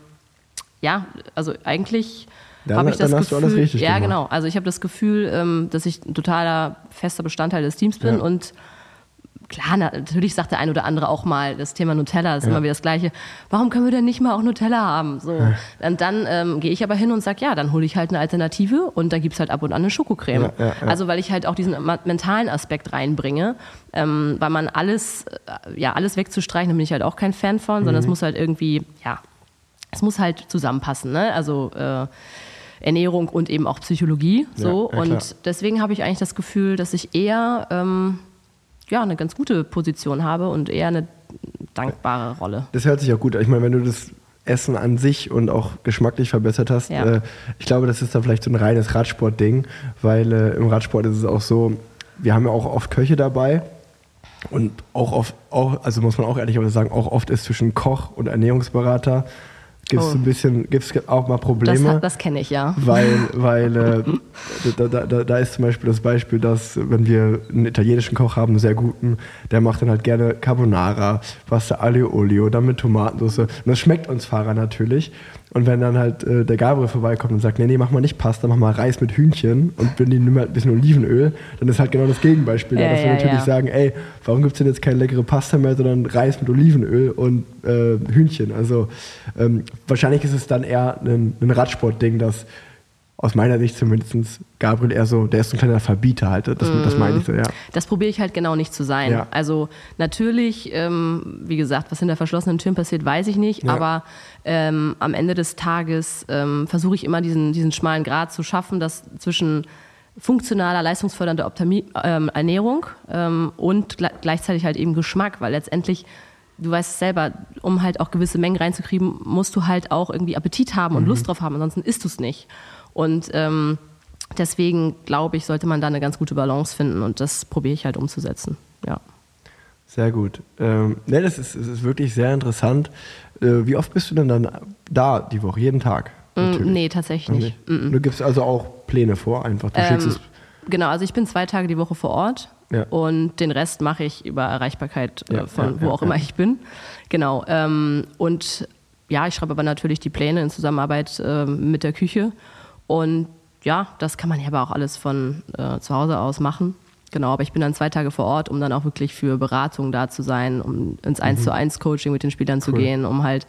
also eigentlich... habe ich das Gefühl, hast du alles richtig gemacht. Genau. Also ich habe das Gefühl, dass ich ein totaler fester Bestandteil des Teams bin und klar, natürlich sagt der ein oder andere auch mal, das Thema Nutella ist immer wieder das Gleiche. Warum können wir denn nicht mal auch Nutella haben? So. Und dann gehe ich aber hin und sage, ja, dann hole ich halt eine Alternative und da gibt es halt ab und an eine Schokocreme. Also weil ich halt auch diesen mentalen Aspekt reinbringe, weil man alles wegzustreichen, da bin ich halt auch kein Fan von, sondern es muss halt irgendwie, es muss halt zusammenpassen. Ne? Also Ernährung und eben auch Psychologie. So. Und deswegen habe ich eigentlich das Gefühl, dass ich eher eine ganz gute Position habe und eher eine dankbare Rolle. Das hört sich auch gut an. Ich meine, wenn du das Essen an sich und auch geschmacklich verbessert hast, ich glaube, das ist dann vielleicht so ein reines Radsport-Ding, weil im Radsport ist es auch so, wir haben ja auch oft Köche dabei und also muss man auch ehrlicherweise sagen, auch oft ist zwischen Koch und Ernährungsberater gibt's auch mal Probleme. Das kenne ich, ja. Weil da ist zum Beispiel das Beispiel, dass wenn wir einen italienischen Koch haben, einen sehr guten, der macht dann halt gerne Carbonara, Pasta Aglio Olio, dann mit Tomatensauce. Und das schmeckt uns Fahrer natürlich. Und wenn dann halt der Gabriel vorbeikommt und sagt, nee, mach mal nicht Pasta, mach mal Reis mit Hühnchen und nimm halt ein bisschen Olivenöl, dann ist halt genau das Gegenbeispiel. Dass wir natürlich sagen, ey, warum gibt es denn jetzt keine leckere Pasta mehr, sondern Reis mit Olivenöl und Hühnchen? Also wahrscheinlich ist es dann eher ein Radsport-Ding, das aus meiner Sicht zumindest Gabriel eher so, der ist so ein kleiner Verbieter halt, das meine ich so, ja. Das probiere ich halt genau nicht zu sein. Ja. Also natürlich, wie gesagt, was hinter verschlossenen Türen passiert, weiß ich nicht, aber am Ende des Tages versuche ich immer diesen schmalen Grat zu schaffen, dass zwischen funktionaler, leistungsfördernder Ernährung und gleichzeitig halt eben Geschmack, weil letztendlich du weißt es selber, um halt auch gewisse Mengen reinzukriegen, musst du halt auch irgendwie Appetit haben und Lust drauf haben, ansonsten isst du es nicht. Und deswegen, glaube ich, sollte man da eine ganz gute Balance finden und das probiere ich halt umzusetzen. Ja. Sehr gut. Das ist wirklich sehr interessant. Wie oft bist du denn dann da die Woche? Jeden Tag? Nee, tatsächlich nicht. Du gibst also auch Pläne vor einfach? Du schickst es. Genau, also ich bin 2 Tage die Woche vor Ort. Ja. Und den Rest mache ich über Erreichbarkeit von wo auch immer ich bin. Genau. Und ja, ich schreibe aber natürlich die Pläne in Zusammenarbeit mit der Küche. Und ja, das kann man ja aber auch alles von zu Hause aus machen. Genau, aber ich bin dann 2 Tage vor Ort, um dann auch wirklich für Beratung da zu sein, um ins 1:1 Coaching mit den Spielern zu gehen, um halt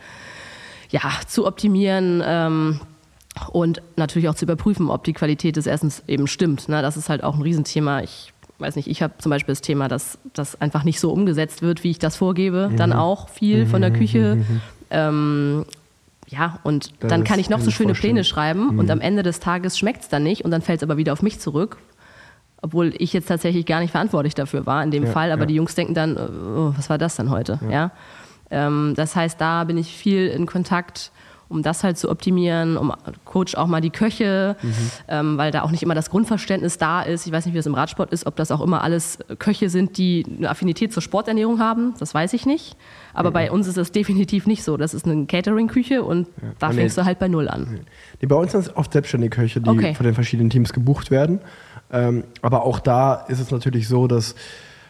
zu optimieren und natürlich auch zu überprüfen, ob die Qualität des Essens eben stimmt. Ne? Das ist halt auch ein Riesenthema. Ich weiß nicht, ich habe zum Beispiel das Thema, dass das einfach nicht so umgesetzt wird, wie ich das vorgebe. Dann auch viel von der Küche. Und dann kann ich noch so schöne Pläne schreiben und am Ende des Tages schmeckt es dann nicht und dann fällt es aber wieder auf mich zurück. Obwohl ich jetzt tatsächlich gar nicht verantwortlich dafür war in dem Fall, aber die Jungs denken dann, was war das denn heute? Ja. Das heißt, da bin ich viel in Kontakt, um das halt zu optimieren, coach auch mal die Köche, weil da auch nicht immer das Grundverständnis da ist. Ich weiß nicht, wie das im Radsport ist, ob das auch immer alles Köche sind, die eine Affinität zur Sporternährung haben, das weiß ich nicht. Aber bei uns ist das definitiv nicht so. Das ist eine Catering-Küche und da fängst du halt bei Null an. Nee, bei uns sind es oft selbstständige Köche, die von den verschiedenen Teams gebucht werden. Aber auch da ist es natürlich so, dass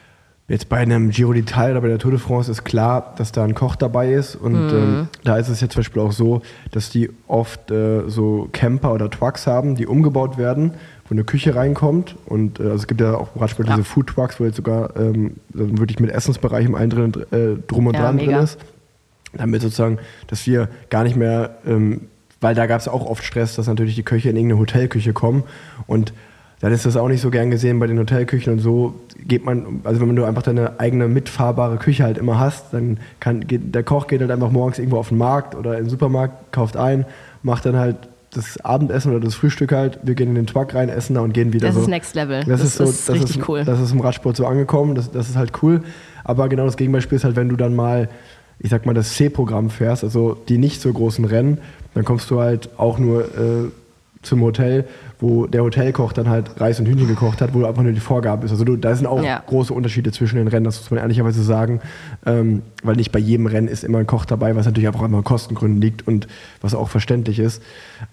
Jetzt bei einem Giro d'Italia oder bei der Tour de France ist klar, dass da ein Koch dabei ist und da ist es jetzt zum Beispiel auch so, dass die oft so Camper oder Trucks haben, die umgebaut werden, wo eine Küche reinkommt und also es gibt ja auch im Radsport diese Food Trucks, wo jetzt sogar wirklich mit Essensbereich im allen drum und dran drin ist, damit sozusagen, dass wir gar nicht mehr, weil da gab es auch oft Stress, dass natürlich die Köche in irgendeine Hotelküche kommen und dann ist das auch nicht so gern gesehen bei den Hotelküchen und so geht man, also wenn du einfach deine eigene mitfahrbare Küche halt immer hast, dann der Koch geht halt einfach morgens irgendwo auf den Markt oder im Supermarkt, kauft ein, macht dann halt das Abendessen oder das Frühstück halt, wir gehen in den Truck rein, essen da und gehen wieder. Das so. ist Next Level. Das ist richtig cool. Das ist im Radsport so angekommen, das ist halt cool, aber genau das Gegenbeispiel ist halt, wenn du dann mal, ich sag mal, das C-Programm fährst, also die nicht so großen Rennen, dann kommst du halt auch nur zum Hotel, wo der Hotelkoch dann halt Reis und Hühnchen gekocht hat, wo einfach nur die Vorgabe ist. Also da sind auch große Unterschiede zwischen den Rennen, das muss man ehrlicherweise sagen, weil nicht bei jedem Rennen ist immer ein Koch dabei, was natürlich auch immer an Kostengründen liegt und was auch verständlich ist.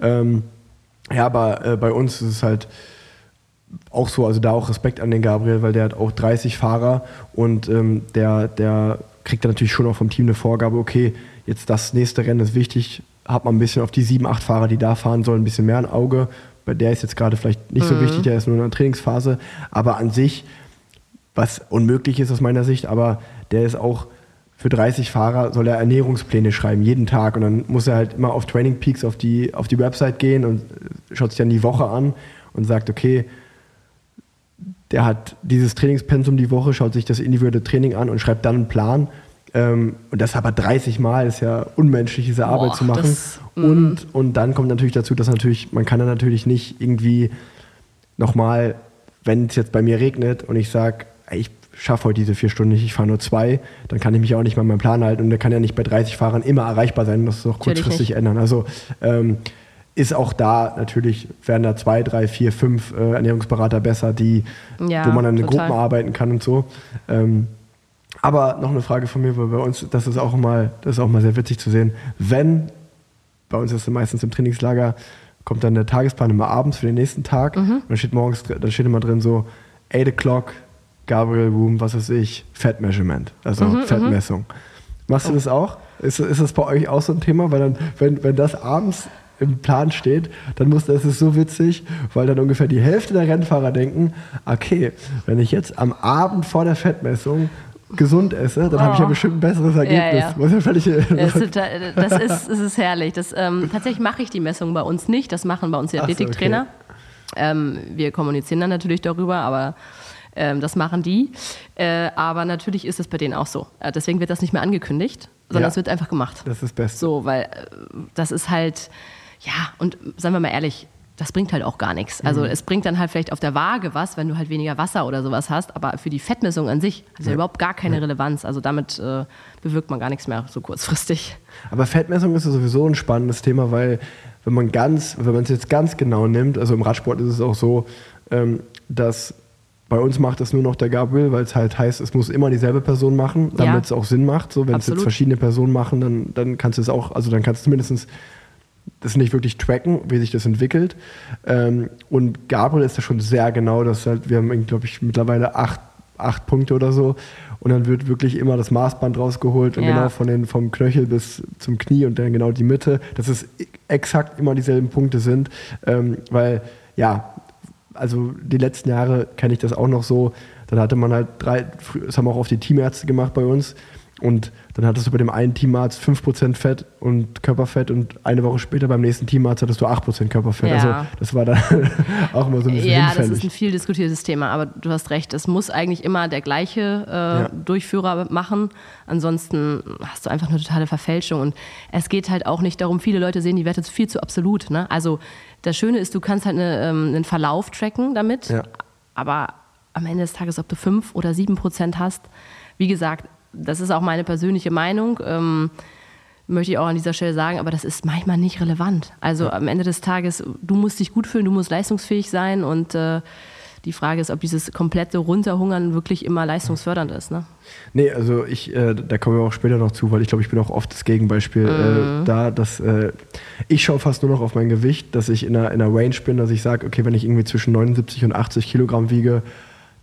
Aber bei uns ist es halt auch so, also da auch Respekt an den Gabriel, weil der hat auch 30 Fahrer und der kriegt dann natürlich schon auch vom Team eine Vorgabe, okay, jetzt das nächste Rennen ist wichtig, hat man ein bisschen auf die 7, 8 Fahrer, die da fahren sollen, ein bisschen mehr ein Auge. Bei der ist jetzt gerade vielleicht nicht so wichtig, der ist nur in einer Trainingsphase. Aber an sich, was unmöglich ist aus meiner Sicht, aber der ist auch für 30 Fahrer, soll er Ernährungspläne schreiben, jeden Tag. Und dann muss er halt immer auf Training Peaks auf die Website gehen und schaut sich dann die Woche an und sagt, okay, der hat dieses Trainingspensum die Woche, schaut sich das individuelle Training an und schreibt dann einen Plan. Und das aber 30 Mal ist ja unmenschlich, diese Arbeit zu machen. Und dann kommt natürlich dazu, dass man kann dann natürlich nicht irgendwie nochmal, wenn es jetzt bei mir regnet und ich sage, ich schaffe heute diese 4 Stunden nicht, ich fahre nur 2, dann kann ich mich auch nicht mal an meinen Plan halten und der kann ja nicht bei 30 Fahrern immer erreichbar sein und das ist auch kurzfristig ändern. Also ist auch da natürlich, werden da 2, 3, 4, 5 Ernährungsberater besser, wo man dann in Gruppen arbeiten kann und so. Aber noch eine Frage von mir, weil bei uns, das ist auch mal sehr witzig zu sehen, bei uns ist es meistens im Trainingslager, kommt dann der Tagesplan immer abends für den nächsten Tag und dann steht immer drin so 8 o'clock, Gabriel Boom, was weiß ich, Fat Measurement, also Fettmessung. Machst du das auch? Ist das bei euch auch so ein Thema? Weil dann, wenn das abends im Plan steht, dann das ist so witzig, weil dann ungefähr die Hälfte der Rennfahrer denken, okay, wenn ich jetzt am Abend vor der Fettmessung gesund esse, dann habe ich ja bestimmt ein besseres Ergebnis. Das ist herrlich. Tatsächlich mache ich die Messung bei uns nicht, das machen bei uns die Athletiktrainer. Okay. Wir kommunizieren dann natürlich darüber, aber das machen die. Aber natürlich ist es bei denen auch so. Deswegen wird das nicht mehr angekündigt, sondern es wird einfach gemacht. Das ist das Beste. So, weil das ist halt, und seien wir mal ehrlich, das bringt halt auch gar nichts. Also es bringt dann halt vielleicht auf der Waage was, wenn du halt weniger Wasser oder sowas hast, aber für die Fettmessung an sich hat es ja überhaupt gar keine Relevanz. Also damit bewirkt man gar nichts mehr so kurzfristig. Aber Fettmessung ist ja sowieso ein spannendes Thema, weil wenn man es jetzt ganz genau nimmt, also im Radsport ist es auch so, dass bei uns macht das nur noch der Gabriel, weil es halt heißt, es muss immer dieselbe Person machen, damit es auch Sinn macht. So, wenn es jetzt verschiedene Personen machen, dann kannst du es auch, also dann kannst du mindestens das nicht wirklich tracken, wie sich das entwickelt. Und Gabriel ist da schon sehr genau, wir haben, glaube ich, mittlerweile 8 Punkte oder so. Und dann wird wirklich immer das Maßband rausgeholt und genau vom Knöchel bis zum Knie und dann genau die Mitte, dass es exakt immer dieselben Punkte sind. Weil, also die letzten Jahre kenne ich das auch noch so. Dann hatte man halt das haben auch oft die Teamärzte gemacht bei uns. Und dann hattest du bei dem einen Teamarzt 5% Fett und Körperfett und eine Woche später beim nächsten Teamarzt hattest du 8% Körperfett. Also das war dann auch immer so ein bisschen hinfällig. Das ist ein viel diskutiertes Thema, aber du hast recht, es muss eigentlich immer der gleiche Durchführer machen. Ansonsten hast du einfach eine totale Verfälschung. Und es geht halt auch nicht darum, viele Leute sehen die Werte viel zu absolut. Ne? Also das Schöne ist, du kannst halt einen Verlauf tracken damit, aber am Ende des Tages, ob du 5 oder 7% hast, wie gesagt, das ist auch meine persönliche Meinung, möchte ich auch an dieser Stelle sagen, aber das ist manchmal nicht relevant. Also am Ende des Tages, du musst dich gut fühlen, du musst leistungsfähig sein und die Frage ist, ob dieses komplette Runterhungern wirklich immer leistungsfördernd ist. Ne? Nee, also da kommen wir auch später noch zu, weil ich glaube, ich bin auch oft das Gegenbeispiel dass ich schaue fast nur noch auf mein Gewicht, dass ich in einer Range bin, dass ich sage, okay, wenn ich irgendwie zwischen 79 und 80 Kilogramm wiege,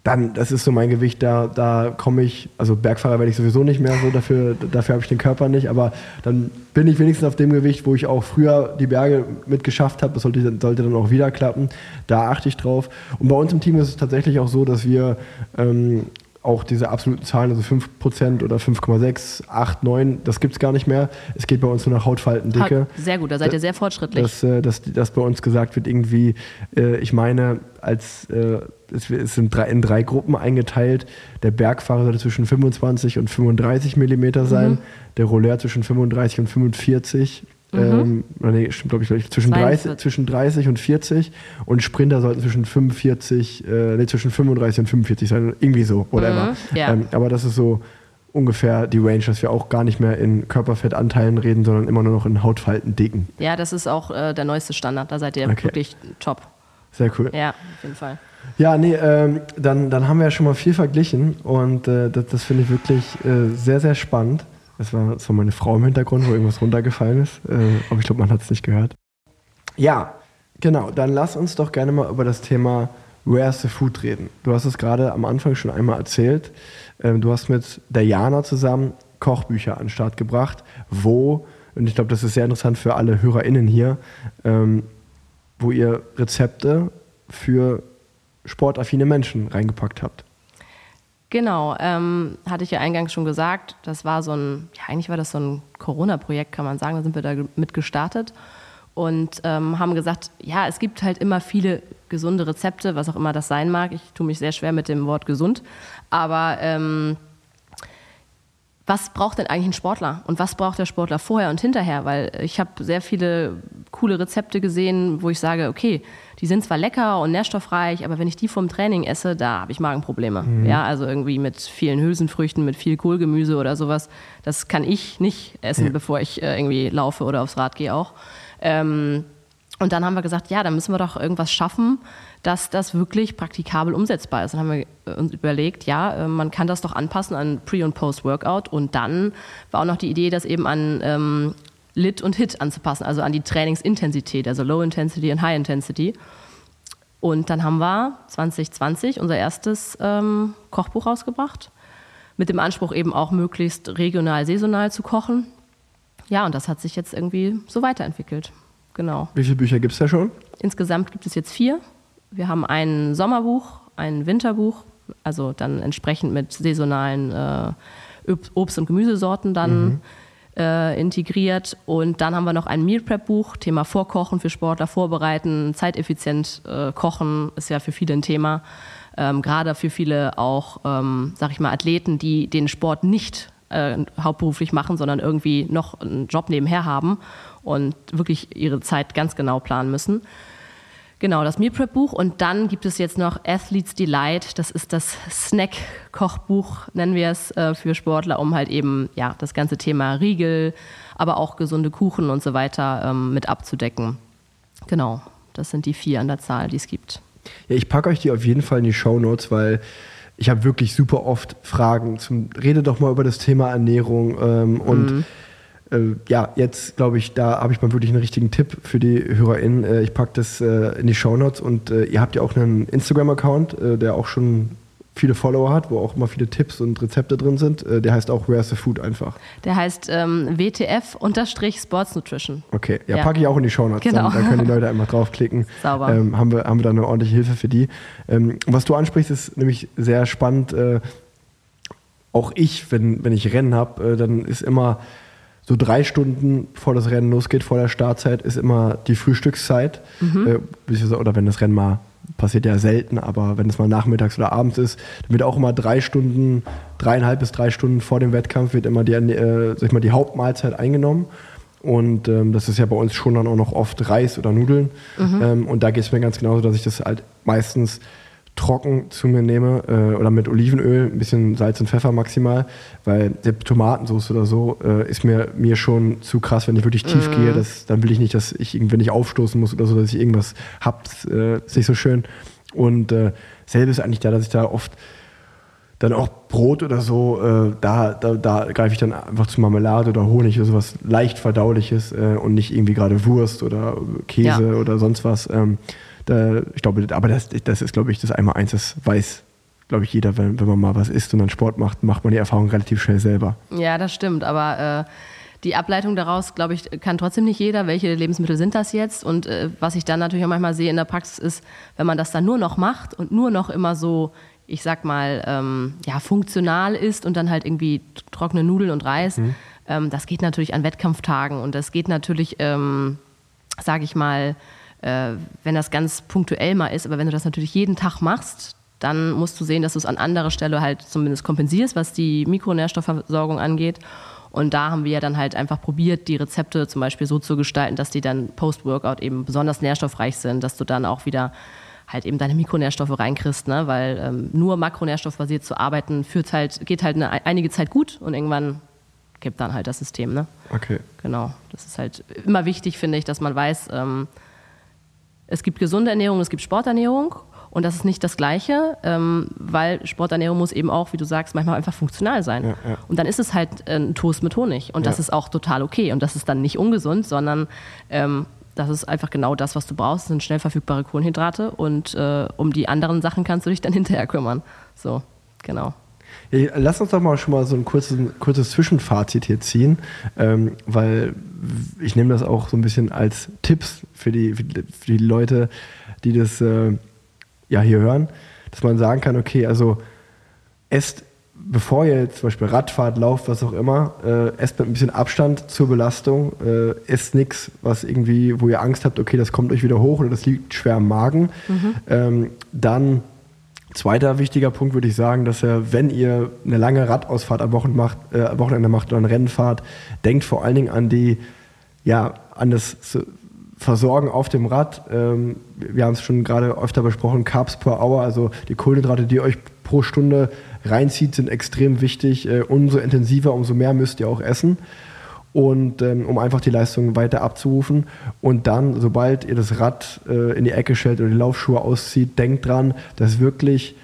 dann, das ist so mein Gewicht, da komme ich, also Bergfahrer werde ich sowieso nicht mehr, so dafür habe ich den Körper nicht, aber dann bin ich wenigstens auf dem Gewicht, wo ich auch früher die Berge mit geschafft habe, das sollte dann auch wieder klappen, da achte ich drauf. Und bei uns im Team ist es tatsächlich auch so, dass wir auch diese absoluten Zahlen, also 5% oder 5,6, 8, 9, das gibt es gar nicht mehr. Es geht bei uns nur nach Hautfaltendicke. Sehr gut, da seid ihr sehr fortschrittlich. Dass bei uns gesagt wird, irgendwie, ich meine, es sind in 3 Gruppen eingeteilt. Der Bergfahrer sollte zwischen 25 und 35 Millimeter sein, der Rolleur zwischen 35 und 45. Nee, stimmt, glaube ich, zwischen 30 und 40 und Sprinter sollten zwischen 35 und 45 sein, irgendwie so, whatever. Ja. Aber das ist so ungefähr die Range, dass wir auch gar nicht mehr in Körperfettanteilen reden, sondern immer nur noch in Hautfaltendicken. Ja, das ist auch der neueste Standard, da seid ihr wirklich top. Sehr cool. Ja, auf jeden Fall. Ja, nee, dann haben wir ja schon mal viel verglichen und das finde ich wirklich sehr, sehr spannend. Das war meine Frau im Hintergrund, wo irgendwas runtergefallen ist. Aber ich glaube, man hat es nicht gehört. Ja, genau. Dann lass uns doch gerne mal über das Thema Where's the Food reden. Du hast es gerade am Anfang schon einmal erzählt. Du hast mit der Jana zusammen Kochbücher an den Start gebracht, und ich glaube, das ist sehr interessant für alle HörerInnen hier, wo ihr Rezepte für sportaffine Menschen reingepackt habt. Genau, hatte ich ja eingangs schon gesagt, das war eigentlich war das so ein Corona-Projekt, kann man sagen, da sind wir da mit gestartet und haben gesagt, ja, es gibt halt immer viele gesunde Rezepte, was auch immer das sein mag. Ich tue mich sehr schwer mit dem Wort gesund, aber was braucht denn eigentlich ein Sportler und was braucht der Sportler vorher und hinterher? Weil ich habe sehr viele coole Rezepte gesehen, wo ich sage, okay, die sind zwar lecker und nährstoffreich, aber wenn ich die vom Training esse, da habe ich Magenprobleme. Ja, also irgendwie mit vielen Hülsenfrüchten, mit viel Kohlgemüse oder sowas, das kann ich nicht essen, bevor ich irgendwie laufe oder aufs Rad gehe auch. Und dann haben wir gesagt, ja, dann müssen wir doch irgendwas schaffen, dass das wirklich praktikabel umsetzbar ist. Dann haben wir uns überlegt, ja, man kann das doch anpassen an Pre- und Post-Workout. Und dann war auch noch die Idee, das eben an Lit und Hit anzupassen, also an die Trainingsintensität, also Low Intensity und High Intensity. Und dann haben wir 2020 unser erstes Kochbuch rausgebracht, mit dem Anspruch eben auch möglichst regional, saisonal zu kochen. Ja, und das hat sich jetzt irgendwie so weiterentwickelt. Genau. Wie viele Bücher gibt es da schon? Insgesamt gibt es jetzt 4. Wir haben ein Sommerbuch, ein Winterbuch, also dann entsprechend mit saisonalen Obst- und Gemüsesorten dann integriert. Und dann haben wir noch ein Meal Prep Buch, Thema Vorkochen für Sportler, vorbereiten, zeiteffizient kochen, ist ja für viele ein Thema. Gerade für viele auch, sag ich mal, Athleten, die den Sport nicht hauptberuflich machen, sondern irgendwie noch einen Job nebenher haben und wirklich ihre Zeit ganz genau planen müssen. Genau, das Meal Prep Buch. Und dann gibt es jetzt noch Athlete's Delight. Das ist das Snack-Kochbuch, nennen wir es, für Sportler, um halt eben ja, das ganze Thema Riegel, aber auch gesunde Kuchen und so weiter mit abzudecken. Genau, das sind die 4 an der Zahl, die es gibt. Ja, ich packe euch die auf jeden Fall in die Shownotes, weil ich habe wirklich super oft Fragen. Rede doch mal über das Thema Ernährung und ja, jetzt glaube ich, da habe ich mal wirklich einen richtigen Tipp für die HörerInnen. Ich packe das in die Shownotes und ihr habt ja auch einen Instagram-Account, der auch schon viele Follower hat, wo auch immer viele Tipps und Rezepte drin sind. Der heißt auch Where's the Food einfach. Der heißt WTF-Sports Nutrition. Okay, ja, packe ich auch in die Shownotes. Genau. Dann können die Leute einfach draufklicken. Sauber. Haben wir da eine ordentliche Hilfe für die. Was du ansprichst, ist nämlich sehr spannend. Auch ich, wenn ich Rennen habe, dann ist immer so 3 Stunden, bevor das Rennen losgeht, vor der Startzeit, ist immer die Frühstückszeit. Oder wenn das Rennen mal, passiert ja selten, aber wenn es mal nachmittags oder abends ist, dann wird auch immer 3,5 bis 3 Stunden vor dem Wettkampf wird immer die Hauptmahlzeit eingenommen. Und das ist ja bei uns schon dann auch noch oft Reis oder Nudeln. Und da geht es mir ganz genauso, dass ich das halt meistens trocken zu mir nehme oder mit Olivenöl, ein bisschen Salz und Pfeffer maximal, weil Tomatensauce oder so ist mir schon zu krass, wenn ich wirklich tief gehe, dann will ich nicht, dass ich irgendwie nicht aufstoßen muss oder so, dass ich irgendwas hab, ist nicht so schön. Und selbe ist eigentlich dass ich da oft dann auch Brot oder so, da greife ich dann einfach zu Marmelade oder Honig oder sowas leicht Verdauliches und nicht irgendwie gerade Wurst oder Käse oder sonst was. Ich glaube, aber das ist, glaube ich, das 1x1, das weiß glaube ich, jeder, wenn man mal was isst und dann Sport macht, macht man die Erfahrung relativ schnell selber. Ja, das stimmt, aber die Ableitung daraus, glaube ich, kann trotzdem nicht jeder. Welche Lebensmittel sind das jetzt? Und was ich dann natürlich auch manchmal sehe in der Praxis ist, wenn man das dann nur noch macht und nur noch immer so, ich sag mal, funktional ist und dann halt irgendwie trockene Nudeln und Reis, das geht natürlich an Wettkampftagen und das geht natürlich, sage ich mal, wenn das ganz punktuell mal ist, aber wenn du das natürlich jeden Tag machst, dann musst du sehen, dass du es an anderer Stelle halt zumindest kompensierst, was die Mikronährstoffversorgung angeht. Und da haben wir ja dann halt einfach probiert, die Rezepte zum Beispiel so zu gestalten, dass die dann Post-Workout eben besonders nährstoffreich sind, dass du dann auch wieder halt eben deine Mikronährstoffe reinkriegst, ne? Weil nur makronährstoffbasiert zu arbeiten geht halt einige Zeit gut und irgendwann kippt dann halt das System. Ne? Okay. Genau, das ist halt immer wichtig, finde ich, dass man weiß, es gibt gesunde Ernährung, es gibt Sporternährung. Und das ist nicht das Gleiche, weil Sporternährung muss eben auch, wie du sagst, manchmal einfach funktional sein. Ja. Und dann ist es halt ein Toast mit Honig. Und das ist auch total okay. Und das ist dann nicht ungesund, sondern das ist einfach genau das, was du brauchst. Das sind schnell verfügbare Kohlenhydrate. Und um die anderen Sachen kannst du dich dann hinterher kümmern. So, genau. Ja, lass uns doch mal schon mal so ein kurzes Zwischenfazit hier ziehen, weil ich nehme das auch so ein bisschen als Tipps für die Leute, die das hier hören, dass man sagen kann, okay, also esst, bevor ihr jetzt zum Beispiel Radfahrt, lauft, was auch immer, esst mit ein bisschen Abstand zur Belastung, esst nichts, was irgendwie, wo ihr Angst habt, okay, das kommt euch wieder hoch oder das liegt schwer am Magen. Dann zweiter wichtiger Punkt würde ich sagen, dass wenn ihr eine lange Radausfahrt am Wochenende macht oder ein Rennen fahrt, denkt vor allen Dingen an das Versorgen auf dem Rad. Wir haben es schon gerade öfter besprochen, Carbs per Hour, also die Kohlenhydrate, die ihr euch pro Stunde reinzieht, sind extrem wichtig. Umso intensiver, umso mehr müsst ihr auch essen. Und um einfach die Leistung weiter abzurufen. Und dann, sobald ihr das Rad in die Ecke stellt oder die Laufschuhe auszieht, denkt dran, dass wirklich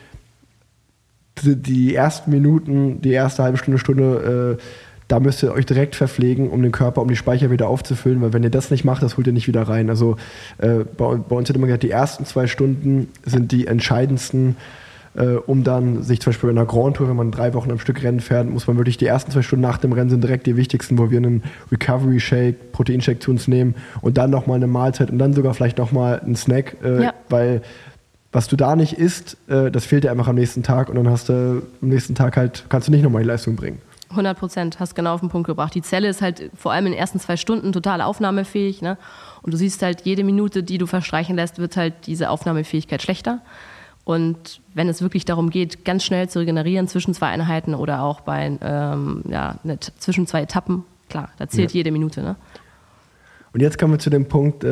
die ersten Minuten, die erste halbe Stunde, da müsst ihr euch direkt verpflegen, um den Körper, um die Speicher wieder aufzufüllen, weil wenn ihr das nicht macht, das holt ihr nicht wieder rein. Also bei uns wird immer gesagt, die ersten 2 Stunden sind die entscheidendsten, um dann sich zum Beispiel in einer Grand Tour, wenn man 3 Wochen am Stück Rennen fährt, muss man wirklich die ersten 2 Stunden nach dem Rennen sind direkt die wichtigsten, wo wir einen Recovery Shake, Proteinshake zu uns nehmen und dann nochmal eine Mahlzeit und dann sogar vielleicht nochmal einen Snack, weil was du da nicht isst, das fehlt dir einfach am nächsten Tag und dann hast du am nächsten Tag halt, kannst du nicht nochmal die Leistung bringen. 100%, hast genau auf den Punkt gebracht. Die Zelle ist halt vor allem in den ersten 2 Stunden total aufnahmefähig, ne? Und du siehst halt, jede Minute, die du verstreichen lässt, wird halt diese Aufnahmefähigkeit schlechter. Und wenn es wirklich darum geht, ganz schnell zu regenerieren zwischen 2 Einheiten oder auch bei zwischen 2 Etappen, klar, da zählt jede Minute. Ne? Und jetzt kommen wir zu dem Punkt,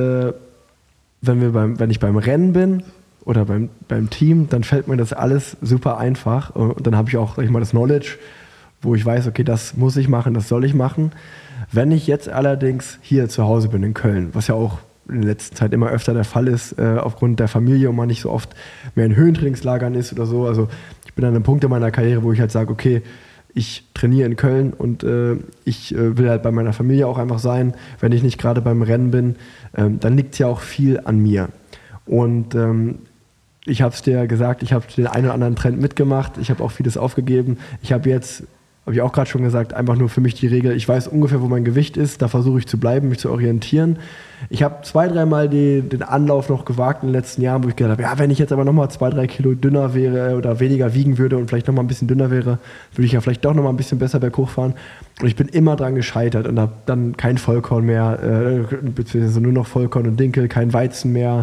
wenn ich beim Rennen bin oder beim Team, dann fällt mir das alles super einfach. Und dann habe ich auch, sag ich mal, das Knowledge, wo ich weiß, okay, das muss ich machen, das soll ich machen. Wenn ich jetzt allerdings hier zu Hause bin in Köln, was ja auch in der letzten Zeit immer öfter der Fall ist, aufgrund der Familie und man nicht so oft mehr in Höhentrainingslagern ist oder so. Also ich bin an einem Punkt in meiner Karriere, wo ich halt sage, okay, ich trainiere in Köln und ich will halt bei meiner Familie auch einfach sein. Wenn ich nicht gerade beim Rennen bin, dann liegt es ja auch viel an mir. Und ich habe es dir gesagt, ich habe den einen oder anderen Trend mitgemacht, ich habe auch vieles aufgegeben. Ich habe jetzt, habe ich auch gerade schon gesagt, einfach nur für mich die Regel, ich weiß ungefähr, wo mein Gewicht ist, da versuche ich zu bleiben, mich zu orientieren. Ich habe 2-3 Mal den Anlauf noch gewagt in den letzten Jahren, wo ich gedacht habe, ja, wenn ich jetzt aber nochmal 2-3 Kilo dünner wäre oder weniger wiegen würde und vielleicht nochmal ein bisschen dünner wäre, würde ich ja vielleicht doch nochmal ein bisschen besser berghoch fahren. Und ich bin immer dran gescheitert und habe dann kein Vollkorn mehr, beziehungsweise nur noch Vollkorn und Dinkel, kein Weizen mehr,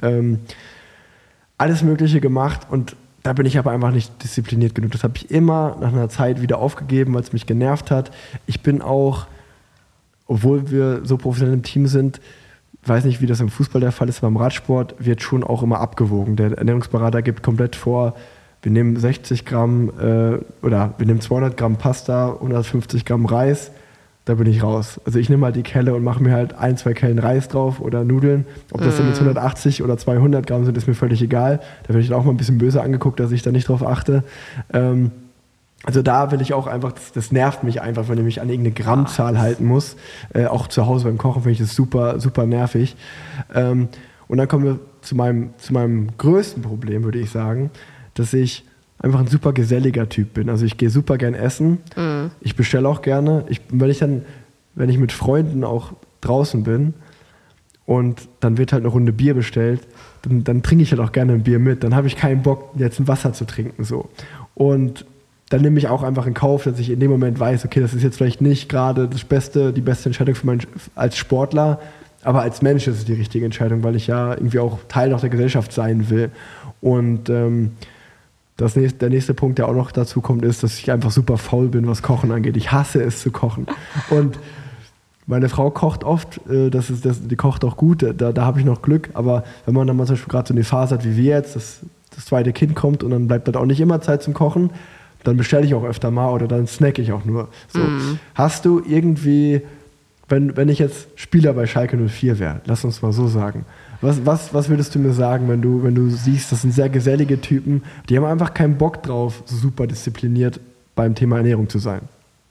alles Mögliche gemacht und da bin ich aber einfach nicht diszipliniert genug. Das habe ich immer nach einer Zeit wieder aufgegeben, weil es mich genervt hat. Ich bin auch, obwohl wir so professionell im Team sind, weiß nicht, wie das im Fußball der Fall ist, beim Radsport wird schon auch immer abgewogen. Der Ernährungsberater gibt komplett vor, wir nehmen 60 Gramm oder wir nehmen 200 Gramm Pasta, 150 Gramm Reis, da bin ich raus. Also ich nehme halt die Kelle und mache mir halt 1-2 Kellen Reis drauf oder Nudeln. Ob das dann jetzt 180 oder 200 Gramm sind, ist mir völlig egal. Da werde ich dann auch mal ein bisschen böse angeguckt, dass ich da nicht drauf achte. Also da will ich auch einfach, das nervt mich einfach, wenn ich mich an irgendeine Grammzahl halten muss. Auch zu Hause beim Kochen finde ich das super, super nervig. Und dann kommen wir zu meinem größten Problem, würde ich sagen, dass ich einfach ein super geselliger Typ bin. Also ich gehe super gern essen, ich bestelle auch gerne. Wenn ich mit Freunden auch draußen bin und dann wird halt eine Runde Bier bestellt, dann trinke ich halt auch gerne ein Bier mit. Dann habe ich keinen Bock, jetzt ein Wasser zu trinken. So. Und dann nehme ich auch einfach in Kauf, dass ich in dem Moment weiß, okay, das ist jetzt vielleicht nicht gerade die beste Entscheidung als Sportler, aber als Mensch ist es die richtige Entscheidung, weil ich ja irgendwie auch Teil auch der Gesellschaft sein will. Und der nächste Punkt, der auch noch dazu kommt, ist, dass ich einfach super faul bin, was Kochen angeht. Ich hasse es zu kochen. Und meine Frau kocht oft, die kocht auch gut, da habe ich noch Glück. Aber wenn man dann mal zum Beispiel gerade so eine Phase hat wie wir jetzt, das zweite Kind kommt und dann bleibt dann auch nicht immer Zeit zum Kochen, dann bestelle ich auch öfter mal oder dann snacke ich auch nur. So. Hast du irgendwie, wenn ich jetzt Spieler bei Schalke 04 wäre, lass uns mal so sagen, was würdest du mir sagen, wenn du siehst, das sind sehr gesellige Typen, die haben einfach keinen Bock drauf, so super diszipliniert beim Thema Ernährung zu sein?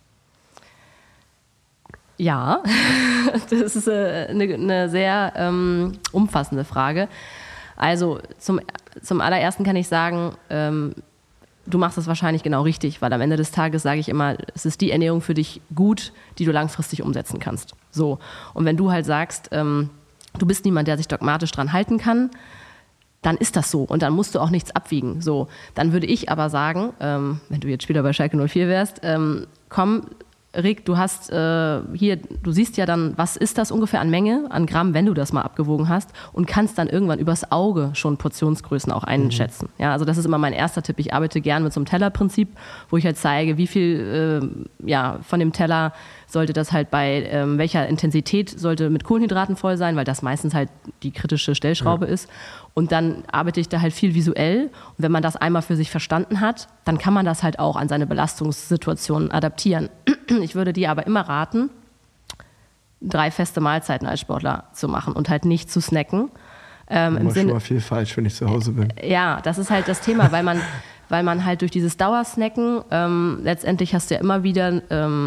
Ja, das ist eine sehr umfassende Frage. Also zum allerersten kann ich sagen, du machst das wahrscheinlich genau richtig, weil am Ende des Tages sage ich immer, es ist die Ernährung für dich gut, die du langfristig umsetzen kannst. So. Und wenn du halt sagst, du bist niemand, der sich dogmatisch dran halten kann, dann ist das so und dann musst du auch nichts abwiegen. So. Dann würde ich aber sagen, wenn du jetzt Spieler bei Schalke 04 wärst, komm, Rick, du siehst ja dann, was ist das ungefähr an Menge, an Gramm, wenn du das mal abgewogen hast und kannst dann irgendwann übers Auge schon Portionsgrößen auch einschätzen. Ja, also das ist immer mein erster Tipp. Ich arbeite gern mit so einem Tellerprinzip, wo ich halt zeige, wie viel von dem Teller sollte das halt bei welcher Intensität sollte mit Kohlenhydraten voll sein, weil das meistens halt die kritische Stellschraube ist. Und dann arbeite ich da halt viel visuell. Und wenn man das einmal für sich verstanden hat, dann kann man das halt auch an seine Belastungssituationen adaptieren. Ich würde dir aber immer raten, 3 feste Mahlzeiten als Sportler zu machen und halt nicht zu snacken. Im Sinne, schon mal viel falsch, wenn ich zu Hause bin. Ja, das ist halt das Thema, weil man halt durch dieses Dauersnacken, letztendlich hast du ja immer wieder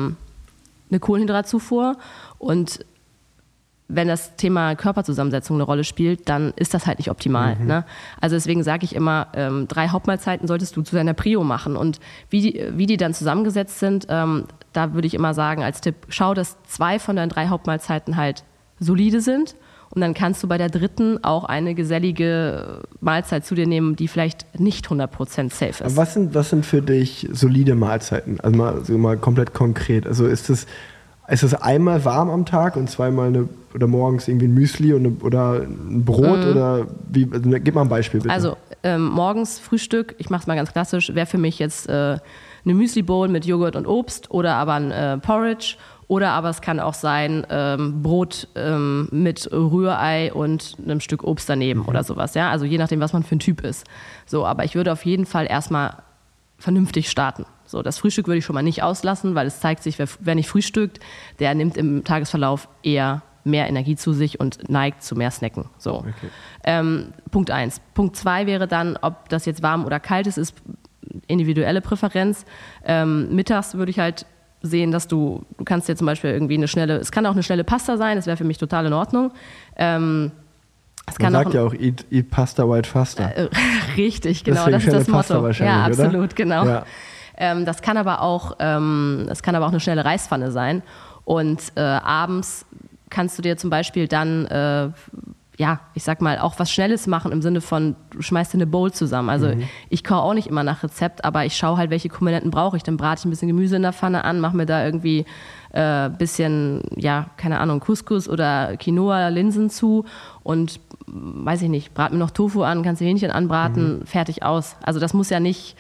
eine Kohlenhydratzufuhr und wenn das Thema Körperzusammensetzung eine Rolle spielt, dann ist das halt nicht optimal. Ne? Also deswegen sage ich immer, 3 Hauptmahlzeiten solltest du zu deiner Prio machen. Und wie die dann zusammengesetzt sind, da würde ich immer sagen als Tipp, schau, dass 2 von deinen 3 Hauptmahlzeiten halt solide sind. Und dann kannst du bei der 3. auch eine gesellige Mahlzeit zu dir nehmen, die vielleicht nicht 100% safe ist. Aber was sind für dich solide Mahlzeiten? Also mal komplett konkret. Also ist es einmal warm am Tag und zweimal oder morgens irgendwie ein Müsli oder ein Brot oder wie? Also, gib mal ein Beispiel bitte. Also morgens Frühstück, ich mache es mal ganz klassisch, wäre für mich jetzt eine Müsli-Bowl mit Joghurt und Obst oder aber ein Porridge oder aber es kann auch sein Brot mit Rührei und einem Stück Obst daneben oder sowas. Ja? Also je nachdem, was man für ein Typ ist. So, aber ich würde auf jeden Fall erstmal vernünftig starten. So, das Frühstück würde ich schon mal nicht auslassen, weil es zeigt sich, wer nicht frühstückt, der nimmt im Tagesverlauf eher mehr Energie zu sich und neigt zu mehr Snacken. So. Okay. Punkt 1. Punkt 2 wäre dann, ob das jetzt warm oder kalt ist individuelle Präferenz. Mittags würde ich halt sehen, dass du kannst dir zum Beispiel irgendwie es kann auch eine schnelle Pasta sein, das wäre für mich total in Ordnung. Man sagt ja auch, eat pasta white faster. Richtig, genau, deswegen das ist das Pasta Motto. Ja, absolut, oder? genau. Ja. Das kann aber auch eine schnelle Reispfanne sein. Und abends kannst du dir zum Beispiel dann, ich sag mal, auch was Schnelles machen im Sinne von, du schmeißt dir eine Bowl zusammen. Also ich koche auch nicht immer nach Rezept, aber ich schaue halt, welche Komponenten brauche ich. Dann brate ich ein bisschen Gemüse in der Pfanne an, mache mir da irgendwie bisschen, keine Ahnung, Couscous oder Quinoa, Linsen zu und weiß ich nicht, brate mir noch Tofu an, kannst du Hähnchen anbraten, fertig aus. Also das muss ja nicht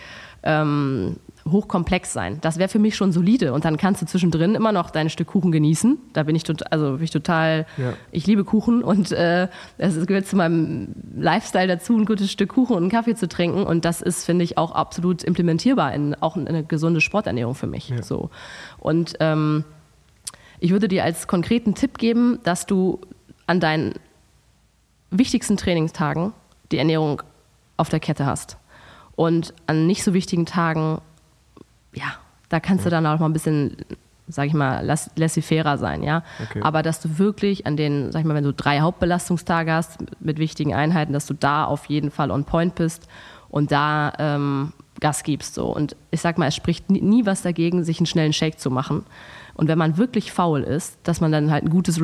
hochkomplex sein. Das wäre für mich schon solide. Und dann kannst du zwischendrin immer noch dein Stück Kuchen genießen. Da bin ich total, ich liebe Kuchen und es gehört zu meinem Lifestyle dazu, ein gutes Stück Kuchen und einen Kaffee zu trinken. Und das ist, finde ich, auch absolut implementierbar auch in eine gesunde Sporternährung für mich. Ja. So. Und ich würde dir als konkreten Tipp geben, dass du an deinen wichtigsten Trainingstagen die Ernährung auf der Kette hast. Und an nicht so wichtigen Tagen, da kannst du dann auch mal ein bisschen, sag ich mal, laissez-faire sein, ja. Okay. Aber dass du wirklich an den, sag ich mal, wenn du 3 Hauptbelastungstage hast mit wichtigen Einheiten, dass du da auf jeden Fall on point bist und da Gas gibst. So. Und ich sag mal, es spricht nie was dagegen, sich einen schnellen Shake zu machen. Und wenn man wirklich faul ist, dass man dann halt ein gutes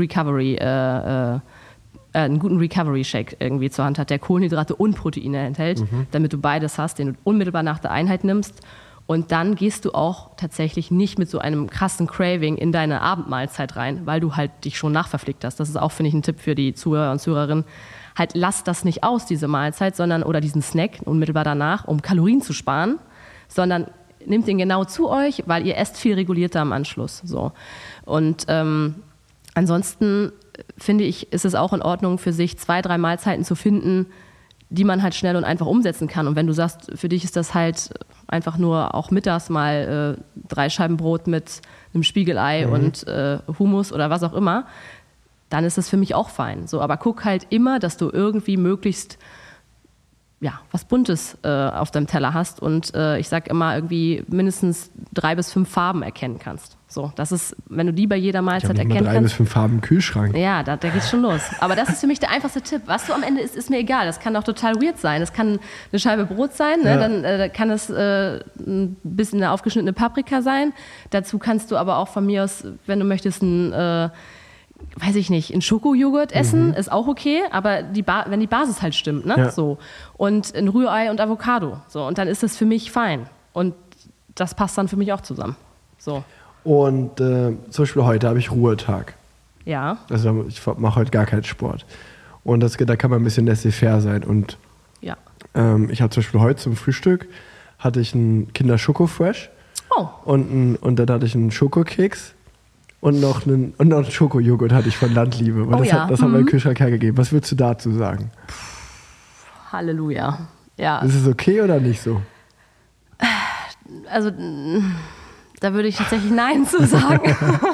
einen guten Recovery-Shake irgendwie zur Hand hat, der Kohlenhydrate und Proteine enthält, damit du beides hast, den du unmittelbar nach der Einheit nimmst. Und dann gehst du auch tatsächlich nicht mit so einem krassen Craving in deine Abendmahlzeit rein, weil du halt dich schon nachverpflegt hast. Das ist auch, finde ich, ein Tipp für die Zuhörer und Zuhörerinnen. Halt lasst das nicht aus, diese Mahlzeit, oder diesen Snack unmittelbar danach, um Kalorien zu sparen, sondern nehmt den genau zu euch, weil ihr esst viel regulierter am Anschluss. So. Und ansonsten finde ich, ist es auch in Ordnung für sich, 2-3 Mahlzeiten zu finden, die man halt schnell und einfach umsetzen kann. Und wenn du sagst, für dich ist das halt einfach nur auch mittags mal 3 Scheiben Brot mit einem Spiegelei und Hummus oder was auch immer, dann ist das für mich auch fein. So, aber guck halt immer, dass du irgendwie möglichst was Buntes auf deinem Teller hast und ich sag immer irgendwie mindestens 3 bis 5 Farben erkennen kannst. So, das ist, wenn du die bei jeder Mahlzeit erkennen kannst. 3 bis 5 Farben im Kühlschrank. Ja, da geht's schon los. Aber das ist für mich der einfachste Tipp. Was du am Ende isst, ist mir egal. Das kann auch total weird sein. Das kann eine Scheibe Brot sein, ne? Dann kann es ein bisschen eine aufgeschnittene Paprika sein. Dazu kannst du aber auch von mir aus, wenn du möchtest, einen Schokojoghurt essen, ist auch okay, aber wenn die Basis halt stimmt, ne? Ja. So. Und ein Rührei und Avocado. So. Und dann ist das für mich fein. Und das passt dann für mich auch zusammen. So. Und zum Beispiel heute habe ich Ruhetag. Ja. Also ich mache heute gar keinen Sport. Und da kann man ein bisschen laissez-faire sein. Und ja. Ich habe zum Beispiel heute zum Frühstück hatte ich einen Kinder Schoko-Fresh. Oh. Und dann hatte ich einen Schokokeks. Und noch einen Schokojoghurt hatte ich von Landliebe. Und das hat mein Kühlschrank hergegeben. Was würdest du dazu sagen? Halleluja. Ja. Ist es okay oder nicht so? Also, da würde ich tatsächlich Nein zu sagen.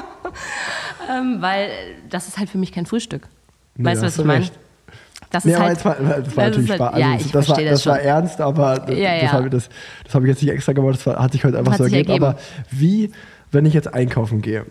Weil das ist halt für mich kein Frühstück. Weißt du, was ich meine? Das ist das war natürlich Spaß. Halt, ja, ich verstehe das schon. Das war ernst, aber das habe ich jetzt nicht extra gemacht. Das hat sich heute einfach so ergeben. Aber wie, wenn ich jetzt einkaufen gehe?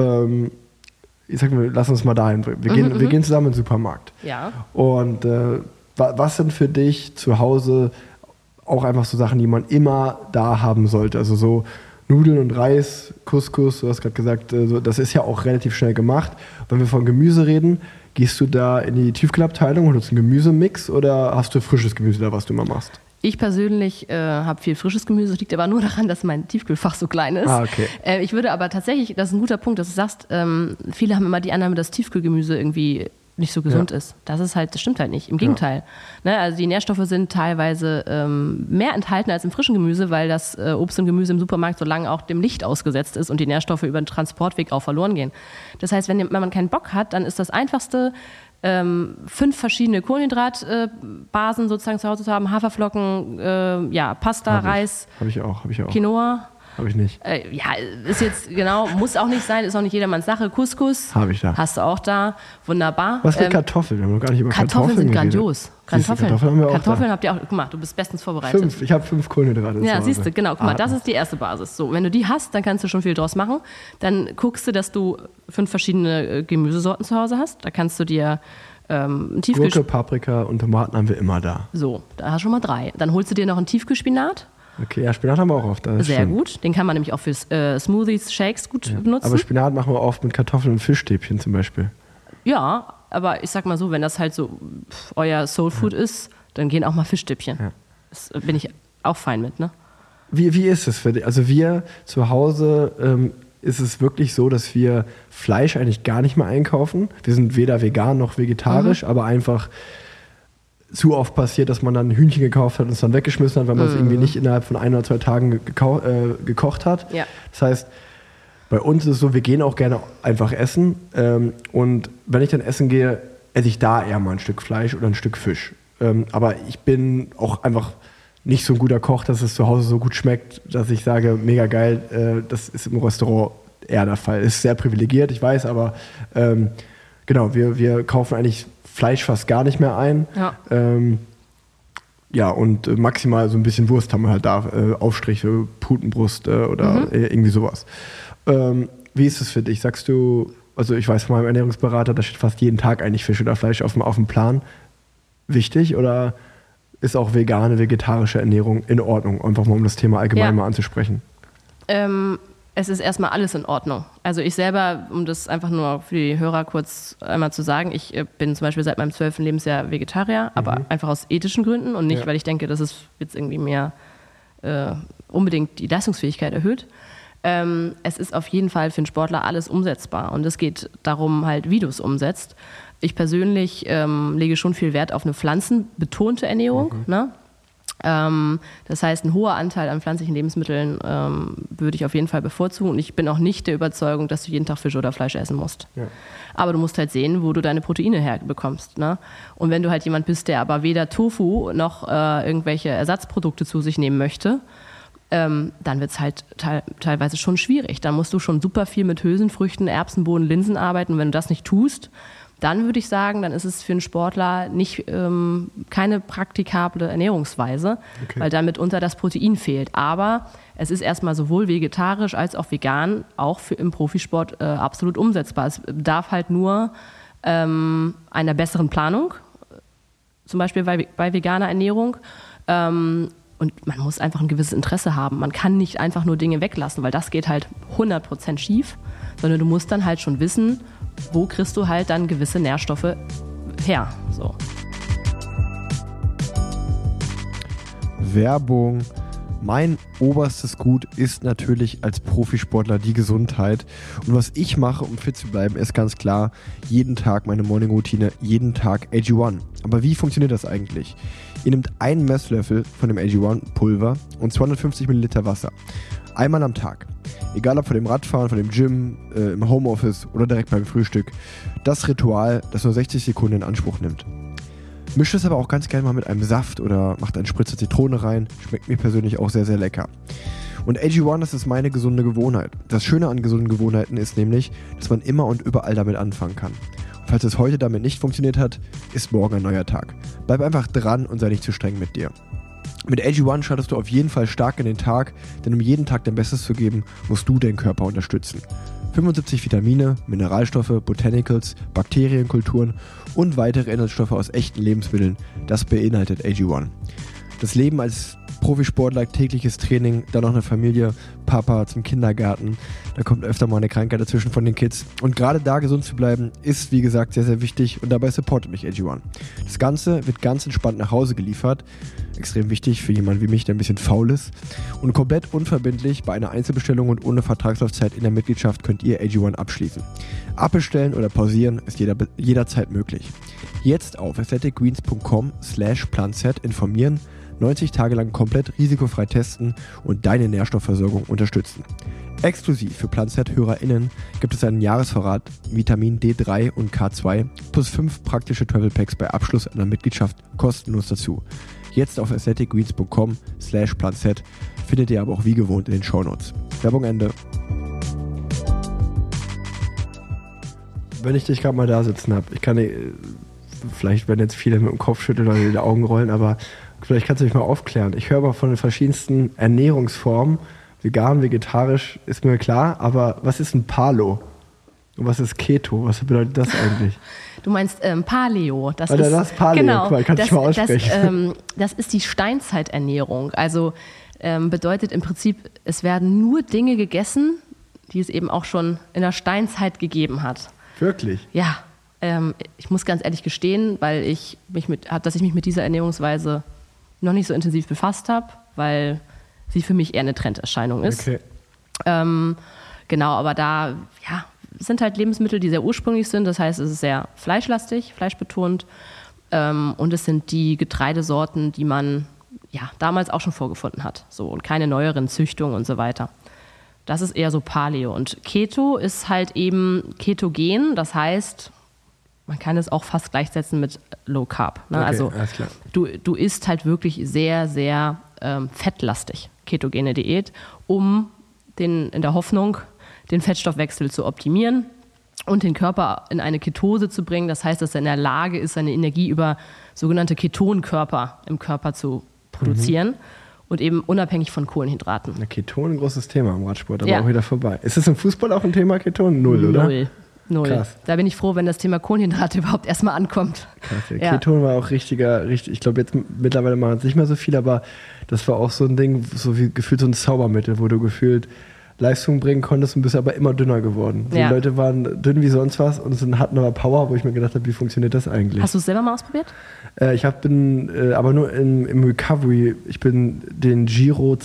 Ich sag mal, lass uns mal dahin. Wir gehen zusammen in den Supermarkt. Ja. Und was sind für dich zu Hause auch einfach so Sachen, die man immer da haben sollte? Also so Nudeln und Reis, Couscous, du hast gerade gesagt, das ist ja auch relativ schnell gemacht. Wenn wir von Gemüse reden, gehst du da in die Tiefkühlabteilung und nutzt einen Gemüsemix oder hast du frisches Gemüse da, was du immer machst? Ich persönlich habe viel frisches Gemüse, das liegt aber nur daran, dass mein Tiefkühlfach so klein ist. Okay. Ich würde aber tatsächlich, das ist ein guter Punkt, dass du sagst, viele haben immer die Annahme, dass Tiefkühlgemüse irgendwie nicht so gesund ist. Das stimmt halt nicht. Im Gegenteil. Ne, also die Nährstoffe sind teilweise mehr enthalten als im frischen Gemüse, weil das Obst und Gemüse im Supermarkt so lange auch dem Licht ausgesetzt ist und die Nährstoffe über den Transportweg auch verloren gehen. Das heißt, wenn man keinen Bock hat, dann ist das Einfachste, 5 verschiedene Kohlenhydratbasen sozusagen zu Hause zu haben. Haferflocken, Pasta, Reis, Habe ich auch. Quinoa. Habe ich nicht. Ist jetzt muss auch nicht sein, ist auch nicht jedermanns Sache. Couscous habe ich da. Hast du auch da. Wunderbar. Was mit Kartoffeln? Wir haben noch gar nicht über Kartoffeln sind geredet. grandios. Kartoffeln haben wir auch Kartoffeln da. habt ihr auch. Guck mal, du bist bestens vorbereitet. Ich habe 5 Kohlenhydrate. Ja, siehst du, genau. Guck mal, das ist die erste Basis. So, wenn du die hast, dann kannst du schon viel draus machen. Dann guckst du, dass du 5 verschiedene Gemüsesorten zu Hause hast. Da kannst du dir Gurke, Paprika und Tomaten haben wir immer da. So, da hast du schon mal 3. Dann holst du dir noch einen Tiefkühlspinat. Okay, ja, Spinat haben wir auch oft. Sehr gut. Den kann man nämlich auch für Smoothies, Shakes gut benutzen. Aber Spinat machen wir oft mit Kartoffeln und Fischstäbchen zum Beispiel. Ja, aber ich sag mal so, wenn das halt so euer Soulfood ist, dann gehen auch mal Fischstäbchen. Ja. Das bin ich auch fein mit, ne? Wie ist es für dich? Also wir zu Hause ist es wirklich so, dass wir Fleisch eigentlich gar nicht mehr einkaufen. Wir sind weder vegan noch vegetarisch, aber einfach zu oft passiert, dass man dann ein Hühnchen gekauft hat und es dann weggeschmissen hat, weil man es irgendwie nicht innerhalb von 1 oder 2 Tagen gekocht hat. Ja. Das heißt, bei uns ist es so, wir gehen auch gerne einfach essen. Und wenn ich dann essen gehe, esse ich da eher mal ein Stück Fleisch oder ein Stück Fisch. Aber ich bin auch einfach nicht so ein guter Koch, dass es zu Hause so gut schmeckt, dass ich sage, mega geil, das ist im Restaurant eher der Fall. Ist sehr privilegiert, ich weiß, aber genau, wir kaufen eigentlich Fleisch fast gar nicht mehr ein. Ja. Und maximal so ein bisschen Wurst haben wir halt da, Aufstriche, Putenbrust oder irgendwie sowas. Wie ist es für dich? Sagst du, also ich weiß von meinem Ernährungsberater, da steht fast jeden Tag eigentlich Fisch oder Fleisch auf dem Plan. Wichtig oder ist auch vegane, vegetarische Ernährung in Ordnung? Einfach mal, um das Thema allgemein mal anzusprechen. Es ist erstmal alles in Ordnung. Also ich selber, um das einfach nur für die Hörer kurz einmal zu sagen, ich bin zum Beispiel seit meinem 12. Lebensjahr Vegetarier, aber einfach aus ethischen Gründen und nicht, weil ich denke, dass es jetzt irgendwie mehr unbedingt die Leistungsfähigkeit erhöht. Es ist auf jeden Fall für einen Sportler alles umsetzbar und es geht darum halt, wie du es umsetzt. Ich persönlich lege schon viel Wert auf eine pflanzenbetonte Ernährung, ne? Das heißt, ein hoher Anteil an pflanzlichen Lebensmitteln würde ich auf jeden Fall bevorzugen. Und ich bin auch nicht der Überzeugung, dass du jeden Tag Fisch oder Fleisch essen musst. Ja. Aber du musst halt sehen, wo du deine Proteine herbekommst. Ne? Und wenn du halt jemand bist, der aber weder Tofu noch irgendwelche Ersatzprodukte zu sich nehmen möchte, dann wird es halt teilweise schon schwierig. Dann musst du schon super viel mit Hülsenfrüchten, Erbsen, Bohnen, Linsen arbeiten. Und wenn du das nicht tust, dann würde ich sagen, dann ist es für einen Sportler keine praktikable Ernährungsweise, weil dann mitunter das Protein fehlt. Aber es ist erstmal sowohl vegetarisch als auch vegan, auch im Profisport absolut umsetzbar. Es bedarf halt nur einer besseren Planung, zum Beispiel bei veganer Ernährung. Und man muss einfach ein gewisses Interesse haben. Man kann nicht einfach nur Dinge weglassen, weil das geht halt 100% schief, sondern du musst dann halt schon wissen, wo kriegst du halt dann gewisse Nährstoffe her. So. Werbung. Mein oberstes Gut ist natürlich als Profisportler die Gesundheit. Und was ich mache, um fit zu bleiben, ist ganz klar, jeden Tag meine Morning-Routine, jeden Tag AG1. Aber wie funktioniert das eigentlich? Ihr nehmt einen Messlöffel von dem AG1-Pulver und 250 Milliliter Wasser. Einmal am Tag. Egal ob von dem Radfahren, von dem Gym, im Homeoffice oder direkt beim Frühstück. Das Ritual, das nur 60 Sekunden in Anspruch nimmt. Mischt es aber auch ganz gerne mal mit einem Saft oder macht einen Spritzer Zitrone rein. Schmeckt mir persönlich auch sehr, sehr lecker. Und AG1, das ist meine gesunde Gewohnheit. Das Schöne an gesunden Gewohnheiten ist nämlich, dass man immer und überall damit anfangen kann. Und falls es heute damit nicht funktioniert hat, ist morgen ein neuer Tag. Bleib einfach dran und sei nicht zu streng mit dir. Mit AG1 startest du auf jeden Fall stark in den Tag, denn um jeden Tag dein Bestes zu geben, musst du deinen Körper unterstützen. 75 Vitamine, Mineralstoffe, Botanicals, Bakterienkulturen und weitere Inhaltsstoffe aus echten Lebensmitteln, das beinhaltet AG1. Das Leben als Profisportler, tägliches Training, dann noch eine Familie, Papa zum Kindergarten, da kommt öfter mal eine Krankheit dazwischen von den Kids. Und gerade da gesund zu bleiben, ist wie gesagt sehr, sehr wichtig und dabei supportet mich AG1. Das Ganze wird ganz entspannt nach Hause geliefert, extrem wichtig für jemanden wie mich, der ein bisschen faul ist. Und komplett unverbindlich bei einer Einzelbestellung und ohne Vertragslaufzeit in der Mitgliedschaft könnt ihr AG1 abschließen. Abbestellen oder pausieren ist jederzeit möglich. Jetzt auf athleticgreens.com/planset informieren, 90 Tage lang komplett risikofrei testen und deine Nährstoffversorgung unterstützen. Exklusiv für PlanZ-HörerInnen gibt es einen Jahresvorrat Vitamin D3 und K2 plus 5 praktische Travel Packs bei Abschluss einer Mitgliedschaft kostenlos dazu. Jetzt auf athleticgreens.com/planz findet ihr aber auch wie gewohnt in den Shownotes. Werbung Ende. Wenn ich dich gerade mal da sitzen habe, vielleicht werden jetzt viele mit dem Kopf schütteln oder die Augen rollen, aber vielleicht kannst du mich mal aufklären. Ich höre mal von den verschiedensten Ernährungsformen, vegan, vegetarisch, ist mir klar, aber was ist ein Palo? Und was ist Keto? Was bedeutet das eigentlich? Du meinst Paleo. Das Paleo, genau, kann ich mal aussprechen. Das ist die Steinzeiternährung. Also bedeutet im Prinzip, es werden nur Dinge gegessen, die es eben auch schon in der Steinzeit gegeben hat. Wirklich? Ja. Ich muss ganz ehrlich gestehen, dass ich mich mit dieser Ernährungsweise noch nicht so intensiv befasst habe, weil sie für mich eher eine Trenderscheinung ist. Okay. Genau, aber da sind halt Lebensmittel, die sehr ursprünglich sind. Das heißt, es ist sehr fleischlastig, fleischbetont. Und es sind die Getreidesorten, die man damals auch schon vorgefunden hat. So, und keine neueren Züchtungen und so weiter. Das ist eher so Paleo. Und Keto ist halt eben ketogen. Das heißt, man kann es auch fast gleichsetzen mit Low Carb. Ne? Okay, also alles klar. du isst halt wirklich sehr, sehr fettlastig, ketogene Diät, um in der Hoffnung, den Fettstoffwechsel zu optimieren und den Körper in eine Ketose zu bringen. Das heißt, dass er in der Lage ist, seine Energie über sogenannte Ketonkörper im Körper zu produzieren und eben unabhängig von Kohlenhydraten. Keton, ein großes Thema im Radsport, aber auch wieder vorbei. Ist das im Fußball auch ein Thema, Keton? Null, oder? null. Krass. Da bin ich froh, wenn das Thema Kohlenhydrate überhaupt erstmal ankommt. Krass, ja. Ja. Keton war auch richtig, ich glaube jetzt mittlerweile machen es nicht mehr so viel, aber das war auch so ein Ding, so wie gefühlt so ein Zaubermittel, wo du gefühlt Leistung bringen konntest und bist aber immer dünner geworden. Die Ja. Leute waren dünn wie sonst was und hatten aber Power, wo ich mir gedacht habe, wie funktioniert das eigentlich? Hast du es selber mal ausprobiert? Ich bin aber nur im Recovery. Ich bin den Giro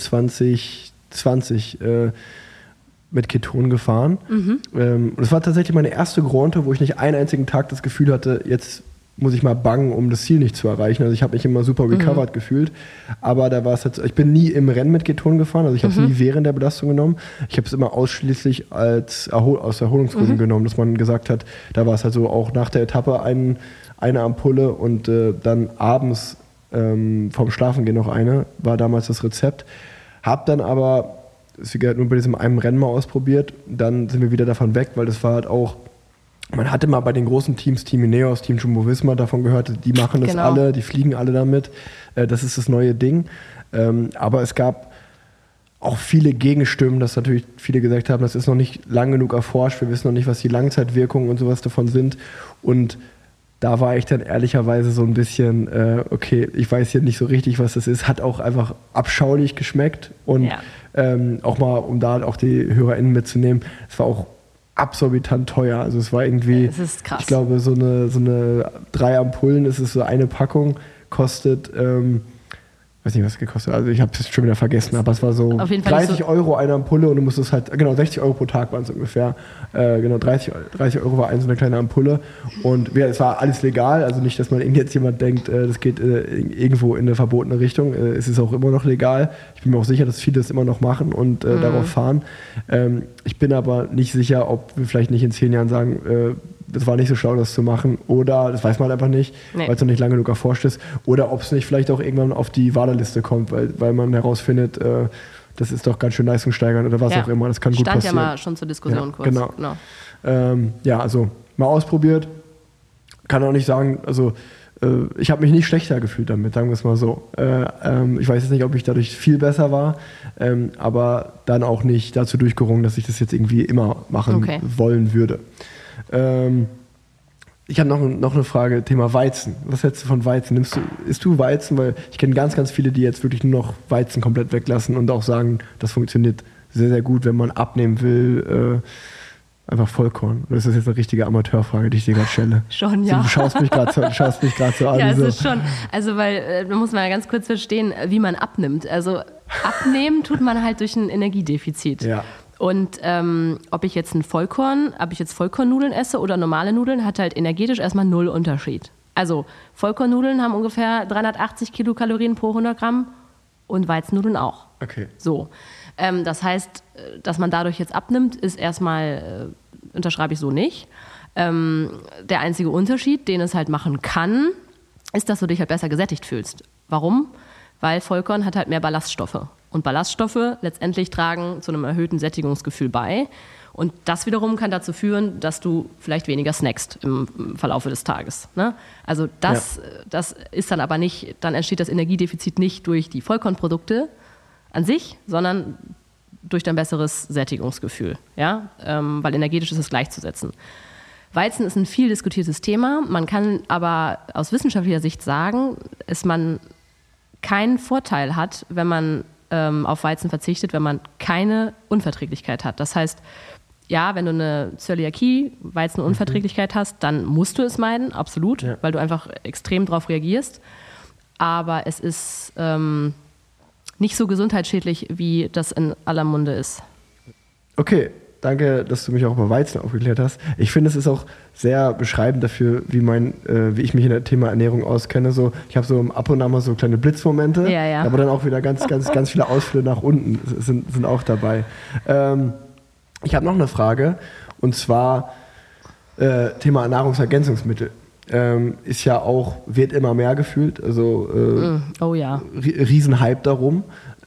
2020 mit Keton gefahren. Und es war tatsächlich meine erste Grand-Tour, wo ich nicht einen einzigen Tag das Gefühl hatte, jetzt muss ich mal bangen, um das Ziel nicht zu erreichen. Also ich habe mich immer super recovered gefühlt. Aber da war es halt, ich bin nie im Rennen mit Keton gefahren, also ich habe es nie während der Belastung genommen. Ich habe es immer ausschließlich aus Erholungsgründen genommen, dass man gesagt hat, da war es halt so auch nach der Etappe eine Ampulle und dann abends vorm Schlafengehen noch eine, war damals das Rezept. Hab dann aber, wie gesagt, nur bei diesem einen Rennen mal ausprobiert, dann sind wir wieder davon weg, weil das war halt auch, man hatte mal bei den großen Teams, Team Ineos, Team Jumbo-Visma davon gehört, die machen das Genau. alle, die fliegen alle damit, das ist das neue Ding. Aber es gab auch viele Gegenstimmen, dass natürlich viele gesagt haben, das ist noch nicht lang genug erforscht, wir wissen noch nicht, was die Langzeitwirkungen und sowas davon sind. Und da war ich dann ehrlicherweise so ein bisschen, okay, ich weiß hier nicht so richtig, was das ist, hat auch einfach abschaulich geschmeckt und auch mal, um da auch die HörerInnen mitzunehmen, es war auch absorbitant teuer. Also es war irgendwie, Es ist krass. ich glaube, so eine 3 Ampullen, es ist so eine Packung, kostet, weiß nicht, was es gekostet hat, also ich habe es schon wieder vergessen, aber es war so Auf jeden Fall 30 so Euro eine Ampulle und du musstest halt, genau, 60 Euro pro Tag waren es ungefähr. Genau, 30 Euro war so eine kleine Ampulle und es war alles legal, also nicht, dass man jetzt jemand denkt, das geht irgendwo in eine verbotene Richtung, es ist auch immer noch legal. Ich bin mir auch sicher, dass viele das immer noch machen und darauf fahren. Ich bin aber nicht sicher, ob wir vielleicht nicht in 10 Jahren sagen, das war nicht so schlau, das zu machen, oder, das weiß man halt einfach nicht, weil es noch nicht lange genug erforscht ist, oder ob es nicht vielleicht auch irgendwann auf die Warteliste kommt, weil man herausfindet, das ist doch ganz schön leistungssteigernd oder was auch immer, das kann gut passieren. Stand ja mal schon zur Diskussion kurz. Genau. Also mal ausprobiert, kann auch nicht sagen, also ich habe mich nicht schlechter gefühlt damit, sagen wir es mal so. Ich weiß jetzt nicht, ob ich dadurch viel besser war, aber dann auch nicht dazu durchgerungen, dass ich das jetzt irgendwie immer machen wollen würde. Ich habe noch eine Frage, Thema Weizen. Was hältst du von Weizen? Isst du Weizen? Weil ich kenne ganz, ganz viele, die jetzt wirklich nur noch Weizen komplett weglassen und auch sagen, das funktioniert sehr, sehr gut, wenn man abnehmen will. Einfach Vollkorn. Oder ist das jetzt eine richtige Amateurfrage, die ich dir gerade stelle? Schon, ja. Du schaust mich gerade so an. Ja, es so. ist schon. Also, weil, da muss man ja ganz kurz verstehen, wie man abnimmt. Also, abnehmen tut man halt durch ein Energiedefizit. Ja. Und ob ich jetzt Vollkornnudeln esse oder normale Nudeln, hat halt energetisch erstmal 0 Unterschied. Also Vollkornnudeln haben ungefähr 380 Kilokalorien pro 100 Gramm und Weizennudeln auch. Okay. So. Das heißt, dass man dadurch jetzt abnimmt, ist erstmal, unterschreibe ich so nicht. Der einzige Unterschied, den es halt machen kann, ist, dass du dich halt besser gesättigt fühlst. Warum? Weil Vollkorn hat halt mehr Ballaststoffe. Und Ballaststoffe letztendlich tragen zu einem erhöhten Sättigungsgefühl bei. Und das wiederum kann dazu führen, dass du vielleicht weniger snackst im Verlaufe des Tages. Ne? Also das ist dann aber nicht, dann entsteht das Energiedefizit nicht durch die Vollkornprodukte an sich, sondern durch dein besseres Sättigungsgefühl. Ja? Weil energetisch ist es gleichzusetzen. Weizen ist ein viel diskutiertes Thema. Man kann aber aus wissenschaftlicher Sicht sagen, dass man keinen Vorteil hat, wenn man auf Weizen verzichtet, wenn man keine Unverträglichkeit hat. Das heißt, ja, wenn du eine Zöliakie, Weizenunverträglichkeit hast, dann musst du es meiden, absolut, weil du einfach extrem darauf reagierst. Aber es ist nicht so gesundheitsschädlich, wie das in aller Munde ist. Okay, danke, dass du mich auch über Weizen aufgeklärt hast. Ich finde, es ist auch sehr beschreibend dafür, wie ich mich in der Thema Ernährung auskenne. So, ich habe so ab und an mal so kleine Blitzmomente, aber dann auch wieder ganz viele Ausflüge nach unten sind auch dabei. Ich habe noch eine Frage, und zwar Thema Nahrungsergänzungsmittel. Ist ja auch, wird immer mehr gefühlt, also Riesenhype darum.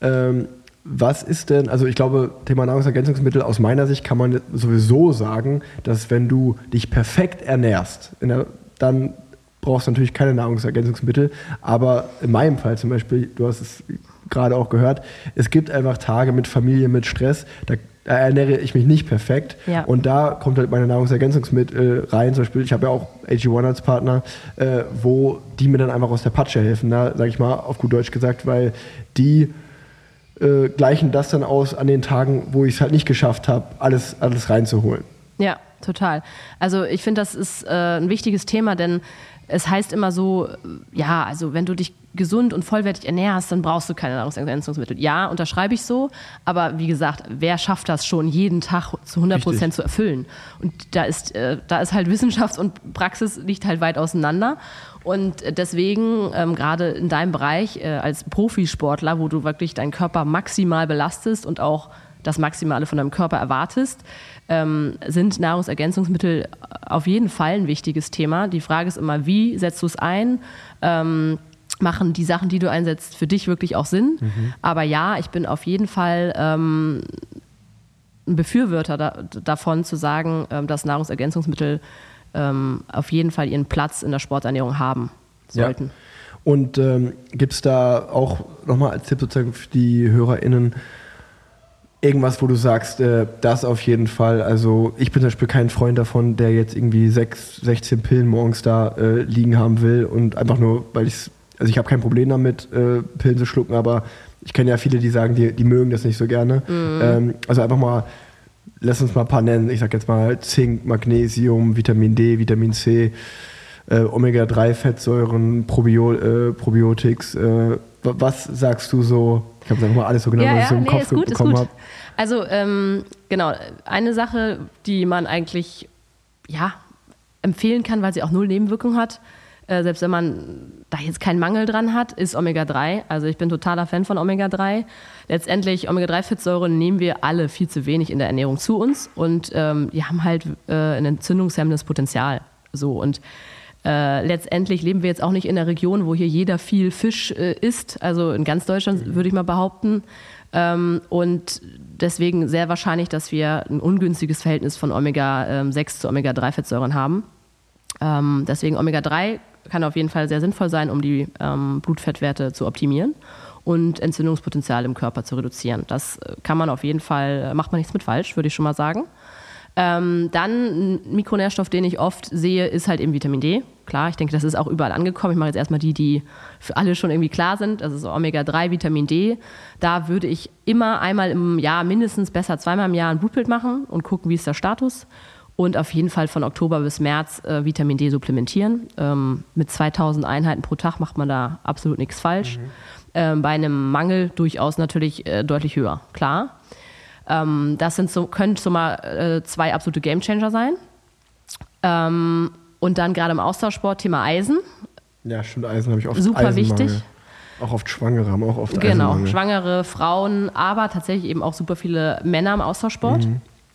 Was ist denn, also ich glaube, Thema Nahrungsergänzungsmittel, aus meiner Sicht kann man sowieso sagen, dass wenn du dich perfekt ernährst, dann brauchst du natürlich keine Nahrungsergänzungsmittel, aber in meinem Fall zum Beispiel, du hast es gerade auch gehört, es gibt einfach Tage mit Familie, mit Stress, da da ernähre ich mich nicht perfekt. Ja. Und da kommt halt meine Nahrungsergänzungsmittel rein. Zum Beispiel, ich habe ja auch AG1 als Partner, wo die mir dann einfach aus der Patsche helfen, sage ich mal, auf gut Deutsch gesagt, weil die gleichen das dann aus an den Tagen, wo ich es halt nicht geschafft habe, alles reinzuholen. Ja, total. Also ich finde, das ist ein wichtiges Thema, denn es heißt immer so, ja, also wenn du dich gesund und vollwertig ernährst, dann brauchst du keine Nahrungsergänzungsmittel. Ja, unterschreibe ich so, aber wie gesagt, wer schafft das schon, jeden Tag zu 100% zu erfüllen? Und da ist halt Wissenschaft und Praxis liegt halt weit auseinander. Und deswegen, gerade in deinem Bereich als Profisportler, wo du wirklich deinen Körper maximal belastest und auch das Maximale von deinem Körper erwartest, sind Nahrungsergänzungsmittel auf jeden Fall ein wichtiges Thema. Die Frage ist immer, wie setzt du es ein? Machen die Sachen, die du einsetzt, für dich wirklich auch Sinn? Aber ja, ich bin auf jeden Fall ein Befürworter davon zu sagen, dass Nahrungsergänzungsmittel auf jeden Fall ihren Platz in der Sporternährung haben sollten. Ja. Und gibt es da auch nochmal als Tipp sozusagen für die HörerInnen irgendwas, wo du sagst, das auf jeden Fall, also ich bin zum Beispiel kein Freund davon, der jetzt irgendwie 16 Pillen morgens da liegen haben will und einfach nur, weil ich habe kein Problem damit, Pillen zu schlucken, aber ich kenne ja viele, die sagen, die mögen das nicht so gerne. Also einfach mal, lass uns mal ein paar nennen, ich sag jetzt mal Zink, Magnesium, Vitamin D, Vitamin C, Omega-3-Fettsäuren, Probiotics. Was sagst du so? Ich habe einfach mal alles so genau, was ich so im Kopf bekommen habe. Also genau, eine Sache, die man eigentlich empfehlen kann, weil sie auch null Nebenwirkungen hat, selbst wenn man da jetzt keinen Mangel dran hat, ist Omega-3. Also ich bin totaler Fan von Omega-3. Letztendlich Omega-3-Fettsäuren nehmen wir alle viel zu wenig in der Ernährung zu uns und die haben halt ein entzündungshemmendes Potenzial. So, und letztendlich leben wir jetzt auch nicht in einer Region, wo hier jeder viel Fisch isst. Also in ganz Deutschland würde ich mal behaupten. Und deswegen sehr wahrscheinlich, dass wir ein ungünstiges Verhältnis von Omega-6 zu Omega-3-Fettsäuren haben. Deswegen Omega-3 kann auf jeden Fall sehr sinnvoll sein, um die Blutfettwerte zu optimieren und Entzündungspotenzial im Körper zu reduzieren. Das kann man auf jeden Fall, macht man nichts mit falsch, würde ich schon mal sagen. Dann ein Mikronährstoff, den ich oft sehe, ist halt eben Vitamin D. Klar, ich denke, das ist auch überall angekommen. Ich mache jetzt erstmal die für alle schon irgendwie klar sind. Das ist Omega-3, Vitamin D. Da würde ich immer einmal im Jahr, mindestens besser zweimal im Jahr ein Blutbild machen und gucken, wie ist der Status. Und auf jeden Fall von Oktober bis März Vitamin D supplementieren. Mit 2000 Einheiten pro Tag macht man da absolut nichts falsch. Bei einem Mangel durchaus natürlich deutlich höher, klar. Das können schon mal 2 absolute Gamechanger sein. Und dann gerade im Austauschsport Thema Eisen. Ja, stimmt, Eisen habe ich oft. Super wichtig. Auch oft Schwangere haben auch oft Genau, Eisenmangel. Schwangere, Frauen, aber tatsächlich eben auch super viele Männer im Austauschsport.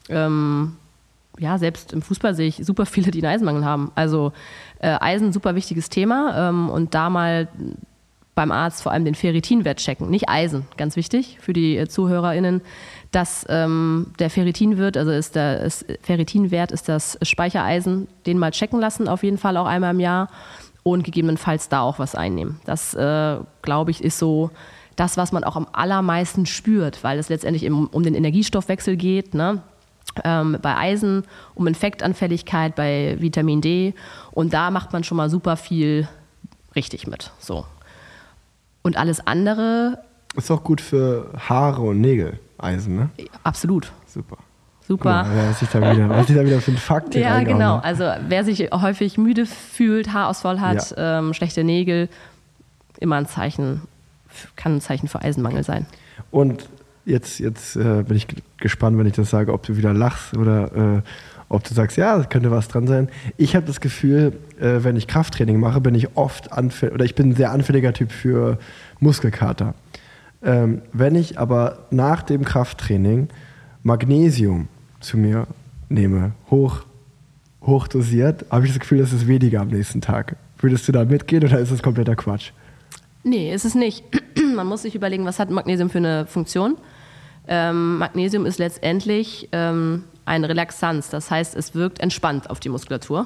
Selbst im Fußball sehe ich super viele, die einen Eisenmangel haben. Also Eisen, super wichtiges Thema. Und da mal beim Arzt vor allem den Ferritinwert checken. Nicht Eisen, ganz wichtig für die ZuhörerInnen, dass der Ferritinwert, also Ferritinwert ist das Speichereisen, den mal checken lassen, auf jeden Fall auch einmal im Jahr und gegebenenfalls da auch was einnehmen. Das, glaube ich, ist so das, was man auch am allermeisten spürt, weil es letztendlich um den Energiestoffwechsel geht, ne? Bei Eisen, um Infektanfälligkeit, bei Vitamin D und da macht man schon mal super viel richtig mit. So. Und alles andere... Ist auch gut für Haare und Nägel, Eisen, ne? Absolut. Super. Super. Guck mal, was ich da wieder für einen Fakt hier Ja, genau. habe. Also wer sich häufig müde fühlt, Haarausfall hat, schlechte Nägel, immer kann ein Zeichen für Eisenmangel sein. Und jetzt bin ich gespannt, wenn ich das sage, ob du wieder lachst oder ob du sagst, ja, da könnte was dran sein. Ich habe das Gefühl, wenn ich Krafttraining mache, bin ich oft ich bin ein sehr anfälliger Typ für Muskelkater. Wenn ich aber nach dem Krafttraining Magnesium zu mir nehme, hochdosiert, habe ich das Gefühl, das ist weniger am nächsten Tag. Würdest du da mitgehen oder ist das kompletter Quatsch? Nee, ist es nicht. Man muss sich überlegen, was hat Magnesium für eine Funktion. Magnesium ist letztendlich eine Relaxanz. Das heißt, es wirkt entspannt auf die Muskulatur.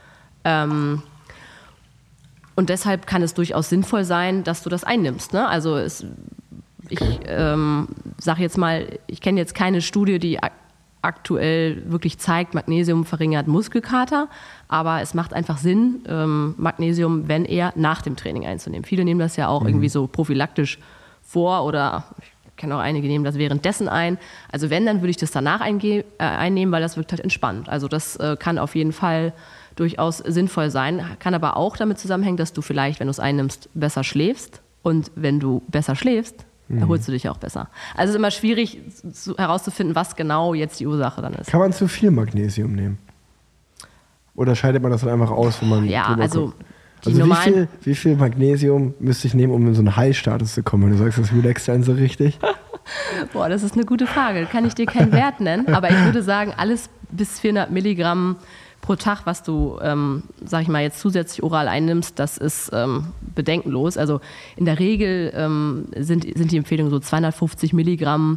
Und deshalb kann es durchaus sinnvoll sein, dass du das einnimmst. Ne? Also ich sage jetzt mal, ich kenne jetzt keine Studie, die aktuell wirklich zeigt, Magnesium verringert Muskelkater, aber es macht einfach Sinn, Magnesium, wenn eher nach dem Training einzunehmen. Viele nehmen das ja auch irgendwie so prophylaktisch vor oder ich kenne auch einige, nehmen das währenddessen ein. Also wenn, dann würde ich das danach einnehmen, weil das wirkt halt entspannt. Also das kann auf jeden Fall durchaus sinnvoll sein, kann aber auch damit zusammenhängen, dass du vielleicht, wenn du es einnimmst, besser schläfst und wenn du besser schläfst, erholst du dich auch besser. Also es ist immer schwierig herauszufinden, was genau jetzt die Ursache dann ist. Kann man zu viel Magnesium nehmen? Oder scheidet man das dann einfach aus, wenn man ja, also kommt? Also wie viel Magnesium müsste ich nehmen, um in so einen High-Status zu kommen? Wenn du sagst, das relaxt einen so richtig. Boah, das ist eine gute Frage. Kann ich dir keinen Wert nennen, aber ich würde sagen, alles bis 400 Milligramm pro Tag, was du, sag ich mal, jetzt zusätzlich oral einnimmst, das ist bedenkenlos. Also in der Regel sind die Empfehlungen so 250 Milligramm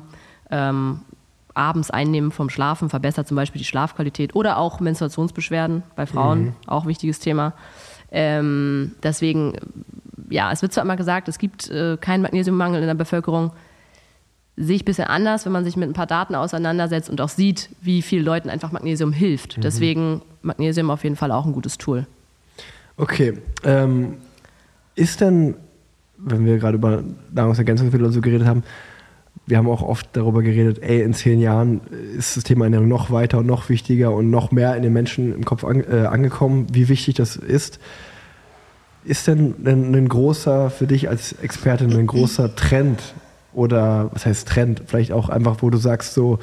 abends einnehmen vom Schlafen, verbessert zum Beispiel die Schlafqualität oder auch Menstruationsbeschwerden bei Frauen, auch wichtiges Thema. Deswegen, ja, es wird zwar immer gesagt, es gibt keinen Magnesiummangel in der Bevölkerung, sehe ich ein bisschen anders, wenn man sich mit ein paar Daten auseinandersetzt und auch sieht, wie vielen Leuten einfach Magnesium hilft. Deswegen Magnesium auf jeden Fall auch ein gutes Tool. Okay. Ist denn, wenn wir gerade über Nahrungsergänzungsmittel und so geredet haben, wir haben auch oft darüber geredet, in 10 Jahren ist das Thema Ernährung noch weiter und noch wichtiger und noch mehr in den Menschen im Kopf angekommen, wie wichtig das ist. Ist denn ein großer, für dich als Expertin, ein großer Trend oder, was heißt Trend, vielleicht auch einfach, wo du sagst so,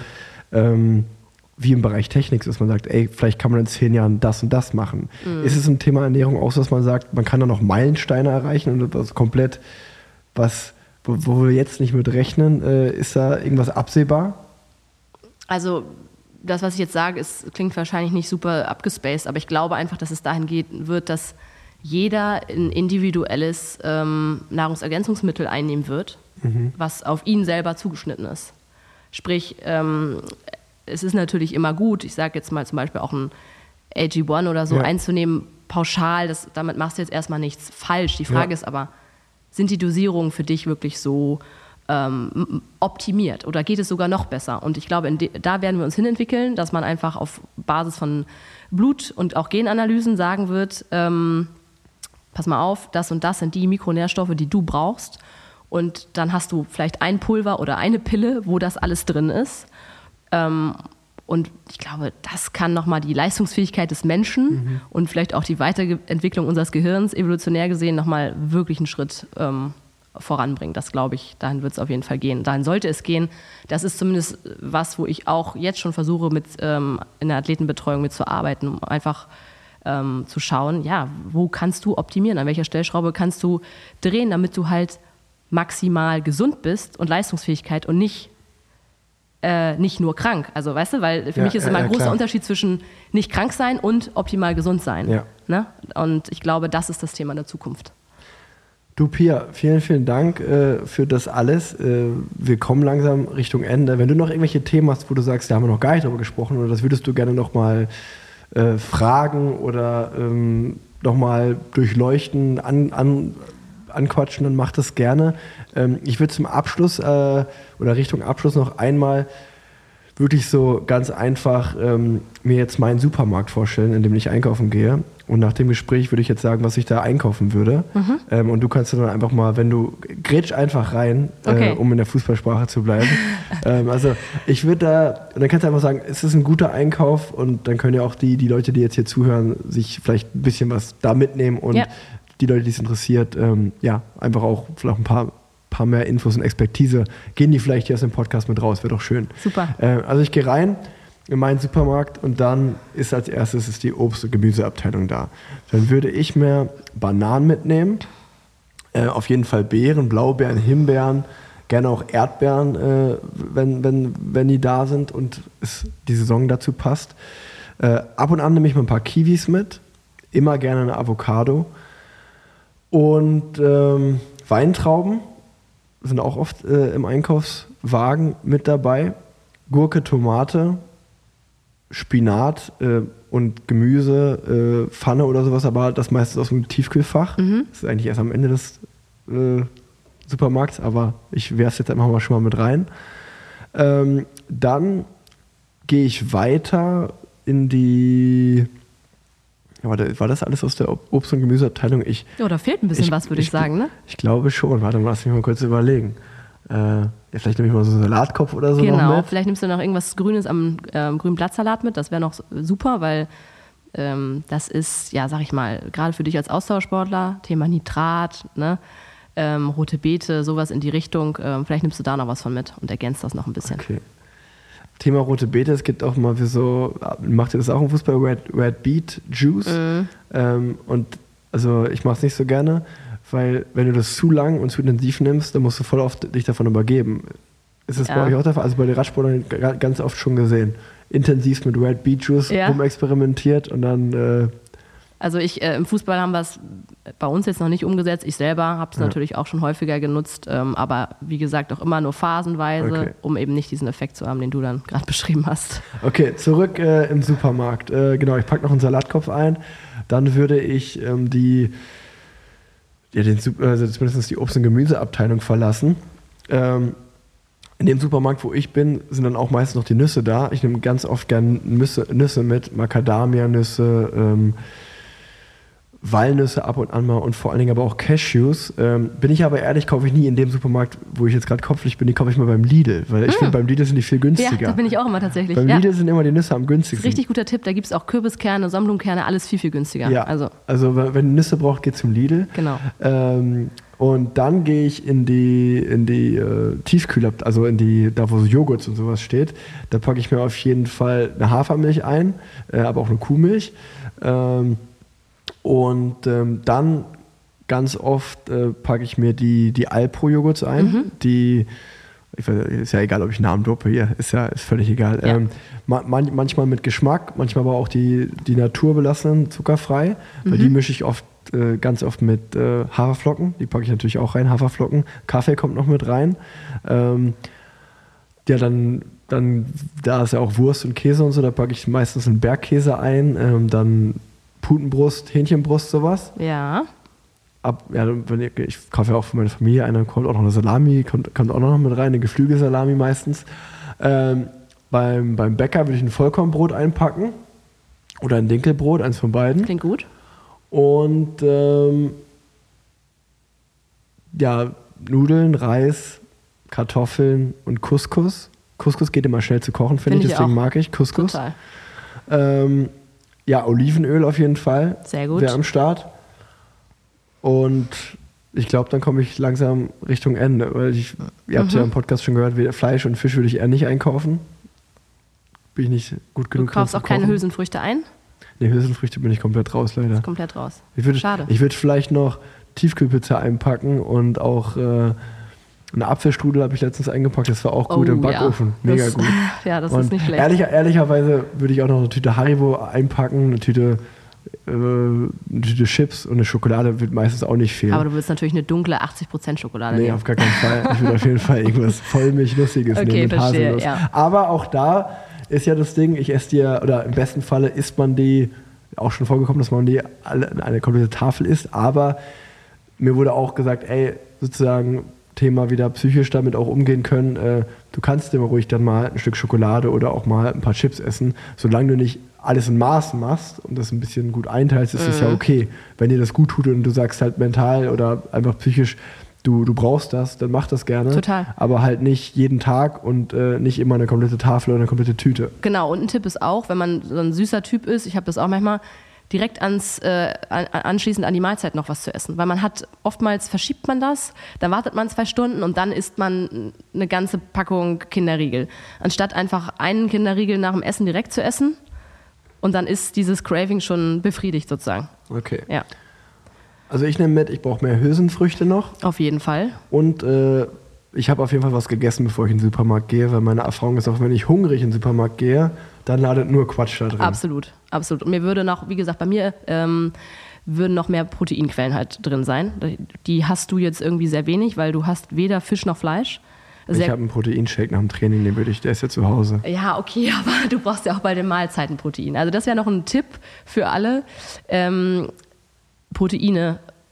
wie im Bereich Technik, dass man sagt, vielleicht kann man in 10 Jahren das und das machen. Ist es im Thema Ernährung auch so, dass man sagt, man kann da noch Meilensteine erreichen und das komplett, wo wir jetzt nicht mit rechnen, ist da irgendwas absehbar? Also das, was ich jetzt sage, klingt wahrscheinlich nicht super abgespaced, aber ich glaube einfach, dass es dahin gehen wird, dass jeder ein individuelles Nahrungsergänzungsmittel einnehmen wird, was auf ihn selber zugeschnitten ist. Sprich, es ist natürlich immer gut, ich sage jetzt mal zum Beispiel auch ein AG1 oder so einzunehmen, pauschal, damit machst du jetzt erstmal nichts falsch. Die Frage ist aber, sind die Dosierungen für dich wirklich so optimiert oder geht es sogar noch besser? Und ich glaube, da werden wir uns hinentwickeln, dass man einfach auf Basis von Blut- und auch Genanalysen sagen wird, pass mal auf, das und das sind die Mikronährstoffe, die du brauchst. Und dann hast du vielleicht ein Pulver oder eine Pille, wo das alles drin ist. Und ich glaube, das kann nochmal die Leistungsfähigkeit des Menschen und vielleicht auch die Weiterentwicklung unseres Gehirns evolutionär gesehen nochmal wirklich einen Schritt voranbringen. Das glaube ich, dahin wird es auf jeden Fall gehen. Dahin sollte es gehen. Das ist zumindest was, wo ich auch jetzt schon versuche, in der Athletenbetreuung mitzuarbeiten, um einfach zu schauen, ja, wo kannst du optimieren, an welcher Stellschraube kannst du drehen, damit du halt maximal gesund bist und Leistungsfähigkeit und nicht nur krank. Also weißt du, weil für mich ist immer ein großer Unterschied zwischen nicht krank sein und optimal gesund sein. Ja. Ne? Und ich glaube, das ist das Thema der Zukunft. Du Pia, vielen, vielen Dank für das alles. Wir kommen langsam Richtung Ende. Wenn du noch irgendwelche Themen hast, wo du sagst, da haben wir noch gar nicht drüber gesprochen oder das würdest du gerne noch mal fragen oder noch mal durchleuchten, anquatschen, dann mach das gerne. Ich würde zum Abschluss oder Richtung Abschluss noch einmal wirklich so ganz einfach mir jetzt meinen Supermarkt vorstellen, in dem ich einkaufen gehe. Und nach dem Gespräch würde ich jetzt sagen, was ich da einkaufen würde. Und du kannst dann einfach mal, wenn du grätsch einfach rein, um in der Fußballsprache zu bleiben. Also ich würde da, und dann kannst du einfach sagen, es ist ein guter Einkauf und dann können ja auch die Leute, die jetzt hier zuhören, sich vielleicht ein bisschen was da mitnehmen und die Leute, die es interessiert, einfach auch vielleicht ein paar mehr Infos und Expertise, gehen die vielleicht hier aus dem Podcast mit raus, wäre doch schön. Super. Also ich gehe rein in meinen Supermarkt und dann ist als erstes die Obst- und Gemüseabteilung da. Dann würde ich mir Bananen mitnehmen, auf jeden Fall Beeren, Blaubeeren, Himbeeren, gerne auch Erdbeeren, wenn die da sind und die Saison dazu passt. Ab und an nehme ich mal ein paar Kiwis mit, immer gerne eine Avocado und Weintrauben sind auch oft im Einkaufswagen mit dabei. Gurke, Tomate, Spinat und Gemüse, Pfanne oder sowas, aber das meiste aus dem Tiefkühlfach. Das ist eigentlich erst am Ende des Supermarkts, aber ich werfe es jetzt einfach mal schon mal mit rein. Dann gehe ich weiter in die... War das alles aus der Obst- und Gemüseabteilung? Ja, da fehlt ein bisschen was, würde ich sagen, ne? Ich glaube schon. Warte mal, lass mich mal kurz überlegen. Vielleicht nehme ich mal so einen Salatkopf oder so noch Genau, mit. vielleicht nimmst du noch irgendwas Grünes am grünen Blattsalat mit. Das wäre noch super, weil das ist, ja, sag ich mal, gerade für dich als Ausdauersportler, Thema Nitrat, ne? Rote Beete, sowas in die Richtung. Vielleicht nimmst du da noch was von mit und ergänzt das noch ein bisschen. Okay. Thema rote Beete, es gibt auch mal macht ihr das auch im Fußball, Red Beet Juice? Und also ich mache es nicht so gerne, weil wenn du das zu lang und zu intensiv nimmst, dann musst du voll oft dich davon übergeben. Ist das bei euch auch der Fall? Also bei den Radsportlern ganz oft schon gesehen. Intensiv mit Red Beet Juice rumexperimentiert und dann... Also im Fußball haben wir es bei uns jetzt noch nicht umgesetzt. Ich selber habe es natürlich auch schon häufiger genutzt, aber wie gesagt auch immer nur phasenweise, um eben nicht diesen Effekt zu haben, den du dann gerade beschrieben hast. Okay, zurück im Supermarkt. Genau, ich packe noch einen Salatkopf ein. Dann würde ich zumindest die Obst- und Gemüseabteilung verlassen. In dem Supermarkt, wo ich bin, sind dann auch meistens noch die Nüsse da. Ich nehme ganz oft gerne Nüsse mit, Macadamia-Nüsse, Walnüsse ab und an mal und vor allen Dingen aber auch Cashews. Bin ich aber ehrlich, kaufe ich nie in dem Supermarkt, wo ich jetzt gerade kopflich bin, die kaufe ich mal beim Lidl, weil ich finde, beim Lidl sind die viel günstiger. Ja, da bin ich auch immer tatsächlich. Beim Lidl sind immer die Nüsse am günstigsten. Das ist ein richtig guter Tipp, da gibt es auch Kürbiskerne, Sonnenblumenkerne, alles viel, viel günstiger. Ja, also wenn ihr Nüsse braucht, geht zum Lidl. Genau. Und dann gehe ich in die Tiefkühlabteilung, also da wo so Joghurt und sowas steht. Da packe ich mir auf jeden Fall eine Hafermilch ein, aber auch eine Kuhmilch. Dann ganz oft packe ich mir die Alpro-Joghurts ein. Ist ja egal, ob ich Namen droppe hier, ist völlig egal. Ja. Manchmal mit Geschmack, manchmal aber auch die naturbelassenen zuckerfrei, weil die mische ich ganz oft mit Haferflocken, die packe ich natürlich auch rein, Haferflocken. Kaffee kommt noch mit rein. Dann da ist ja auch Wurst und Käse und so, da packe ich meistens einen Bergkäse ein, dann Putenbrust, Hähnchenbrust, sowas. Ja. Ich kaufe ja auch für meine Familie eine, kommt auch noch eine Salami, kommt auch noch mit rein, eine Geflügelsalami meistens. Beim Bäcker würde ich ein Vollkornbrot einpacken oder ein Dinkelbrot, eins von beiden. Klingt gut. Und Nudeln, Reis, Kartoffeln und Couscous. Couscous geht immer schnell zu kochen, finde ich, deswegen mag ich Couscous. Total. Olivenöl auf jeden Fall. Sehr gut. Wäre am Start. Und ich glaube, dann komme ich langsam Richtung Ende. Weil ihr habt ja im Podcast schon gehört, Fleisch und Fisch würde ich eher nicht einkaufen. Bin ich nicht gut genug. Du kaufst auch keine Hülsenfrüchte ein? Nee, Hülsenfrüchte bin ich komplett raus, leider. Komplett raus. Schade. Ich würde vielleicht noch Tiefkühlpizza einpacken und auch eine Apfelstrudel habe ich letztens eingepackt. Das war auch gut im Backofen. Ja. Mega gut. Ja, das ist nicht schlecht. Ehrlicherweise würde ich auch noch eine Tüte Haribo einpacken, eine Tüte Chips und eine Schokolade wird meistens auch nicht fehlen. Aber du willst natürlich eine dunkle 80% Schokolade nehmen. Nee, auf gar keinen Fall. Ich würde auf jeden Fall irgendwas Vollmilchlustiges nehmen mit Haselnuss. Ja. Aber auch da ist ja das Ding, ich esse die oder im besten Falle isst man die, auch schon vorgekommen, dass man die eine komplette Tafel isst, aber mir wurde auch gesagt, sozusagen Thema wieder psychisch damit auch umgehen können, du kannst dir mal ruhig dann mal ein Stück Schokolade oder auch mal ein paar Chips essen, solange du nicht alles in Maßen machst und das ein bisschen gut einteilst, ist das ja okay. Wenn dir das gut tut und du sagst halt mental oder einfach psychisch, du brauchst das, dann mach das gerne. Total. Aber halt nicht jeden Tag und nicht immer eine komplette Tafel oder eine komplette Tüte. Genau, und ein Tipp ist auch, wenn man so ein süßer Typ ist, ich habe das auch manchmal, direkt anschließend an die Mahlzeit noch was zu essen. Weil oftmals verschiebt man das, dann wartet man 2 Stunden und dann isst man eine ganze Packung Kinderriegel. Anstatt einfach einen Kinderriegel nach dem Essen direkt zu essen und dann ist dieses Craving schon befriedigt sozusagen. Okay. Ja. Also ich nehme mit, ich brauche mehr Hülsenfrüchte noch. Auf jeden Fall. Und ich habe auf jeden Fall was gegessen, bevor ich in den Supermarkt gehe, weil meine Erfahrung ist auch, wenn ich hungrig in den Supermarkt gehe, dann ladet nur Quatsch da drin. Absolut, absolut. Und mir würde noch, wie gesagt, bei mir würden noch mehr Proteinquellen halt drin sein. Die hast du jetzt irgendwie sehr wenig, weil du hast weder Fisch noch Fleisch. Ich habe einen Proteinshake nach dem Training, der ist ja zu Hause. Ja, okay, aber du brauchst ja auch bei den Mahlzeiten Protein. Also das wäre noch ein Tipp für alle. Proteine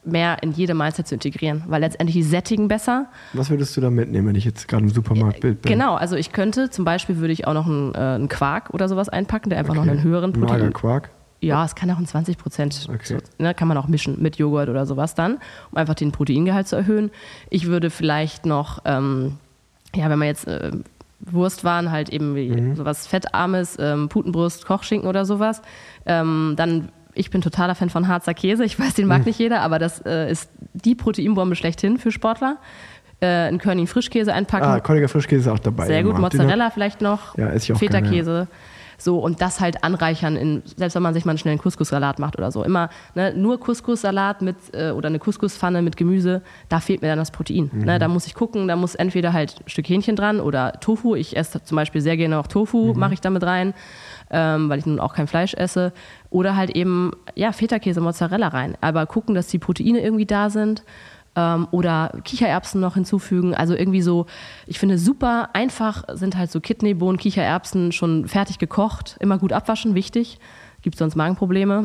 mehr in jede Mahlzeit zu integrieren, weil letztendlich die sättigen besser. Was würdest du da mitnehmen, wenn ich jetzt gerade im Supermarkt bin? Genau, also ich könnte, zum Beispiel würde ich auch noch einen Quark oder sowas einpacken, der einfach noch einen höheren Protein... Magerquark? Ja, es kann auch 20%, so, ne, kann man auch mischen mit Joghurt oder sowas dann, um einfach den Proteingehalt zu erhöhen. Ich würde vielleicht noch, wenn man jetzt Wurstwaren halt eben wie sowas Fettarmes, Putenbrust, Kochschinken oder sowas, dann, ich bin totaler Fan von Harzer Käse, ich weiß, den mag nicht jeder, aber das ist die Proteinbombe schlechthin für Sportler. Einen Körning Frischkäse einpacken. Körniger Frischkäse ist auch dabei. Sehr gut, Mozzarella vielleicht noch, Feta-Käse. So, und das halt anreichern, selbst wenn man sich mal einen schnellen Couscous-Salat macht oder so. Immer nur Couscous-Salat oder eine Couscous-Pfanne mit Gemüse, da fehlt mir dann das Protein. Ne, da muss ich gucken, da muss entweder halt ein Stück Hähnchen dran oder Tofu. Ich esse zum Beispiel sehr gerne auch Tofu, mache ich da mit rein, weil ich nun auch kein Fleisch esse. Oder halt eben, Feta-Käse, Mozzarella rein. Aber gucken, dass die Proteine irgendwie da sind. Oder Kichererbsen noch hinzufügen. Also irgendwie so, ich finde super einfach sind halt so Kidneybohnen, Kichererbsen schon fertig gekocht. Immer gut abwaschen, wichtig. Gibt sonst Magenprobleme.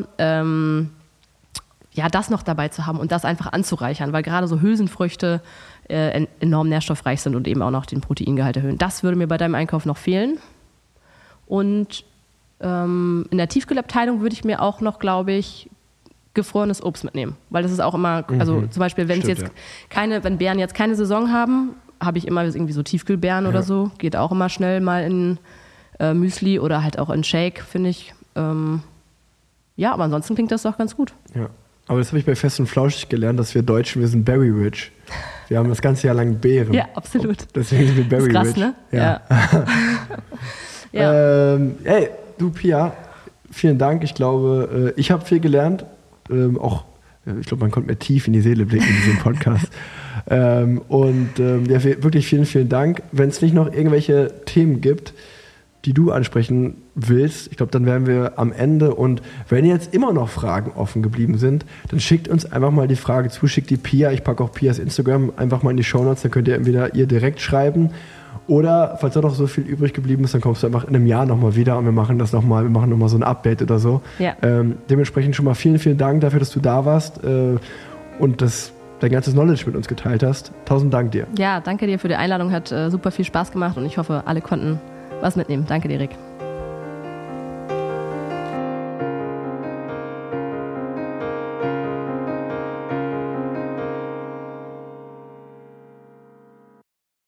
Das noch dabei zu haben und das einfach anzureichern, weil gerade so Hülsenfrüchte enorm nährstoffreich sind und eben auch noch den Proteingehalt erhöhen. Das würde mir bei deinem Einkauf noch fehlen. Und in der Tiefkühlabteilung würde ich mir auch noch, glaube ich, gefrorenes Obst mitnehmen, weil das ist auch immer, also zum Beispiel, wenn Beeren jetzt keine Saison haben, habe ich immer irgendwie so Tiefkühlbeeren oder so, geht auch immer schnell mal in Müsli oder halt auch in Shake, finde ich. Aber ansonsten klingt das doch ganz gut. Ja, aber das habe ich bei Fest und Flauschig gelernt, dass wir Deutschen, wir sind Berry Rich. Wir haben das ganze Jahr lang Beeren. Ja, absolut. Deswegen sind wir Berry Rich. Krass, ne? Ja. Hey, du Pia, vielen Dank. Ich glaube, ich habe viel gelernt. Ich glaube, man konnte mir tief in die Seele blicken in diesem Podcast. Wirklich vielen, vielen Dank. Wenn es nicht noch irgendwelche Themen gibt, die du ansprechen willst, ich glaube, dann wären wir am Ende. Und wenn jetzt immer noch Fragen offen geblieben sind, dann schickt uns einfach mal die Frage zu, schickt die Pia. Ich packe auch Pias Instagram einfach mal in die Shownotes, dann könnt ihr entweder ihr direkt schreiben. Oder, falls da noch so viel übrig geblieben ist, dann kommst du einfach in einem Jahr nochmal wieder und wir machen nochmal so ein Update oder so. Ja. Dementsprechend schon mal vielen, vielen Dank dafür, dass du da warst und dein ganzes Knowledge mit uns geteilt hast. 1000 Dank dir. Ja, danke dir für die Einladung, hat super viel Spaß gemacht und ich hoffe, alle konnten was mitnehmen. Danke dir, Rick.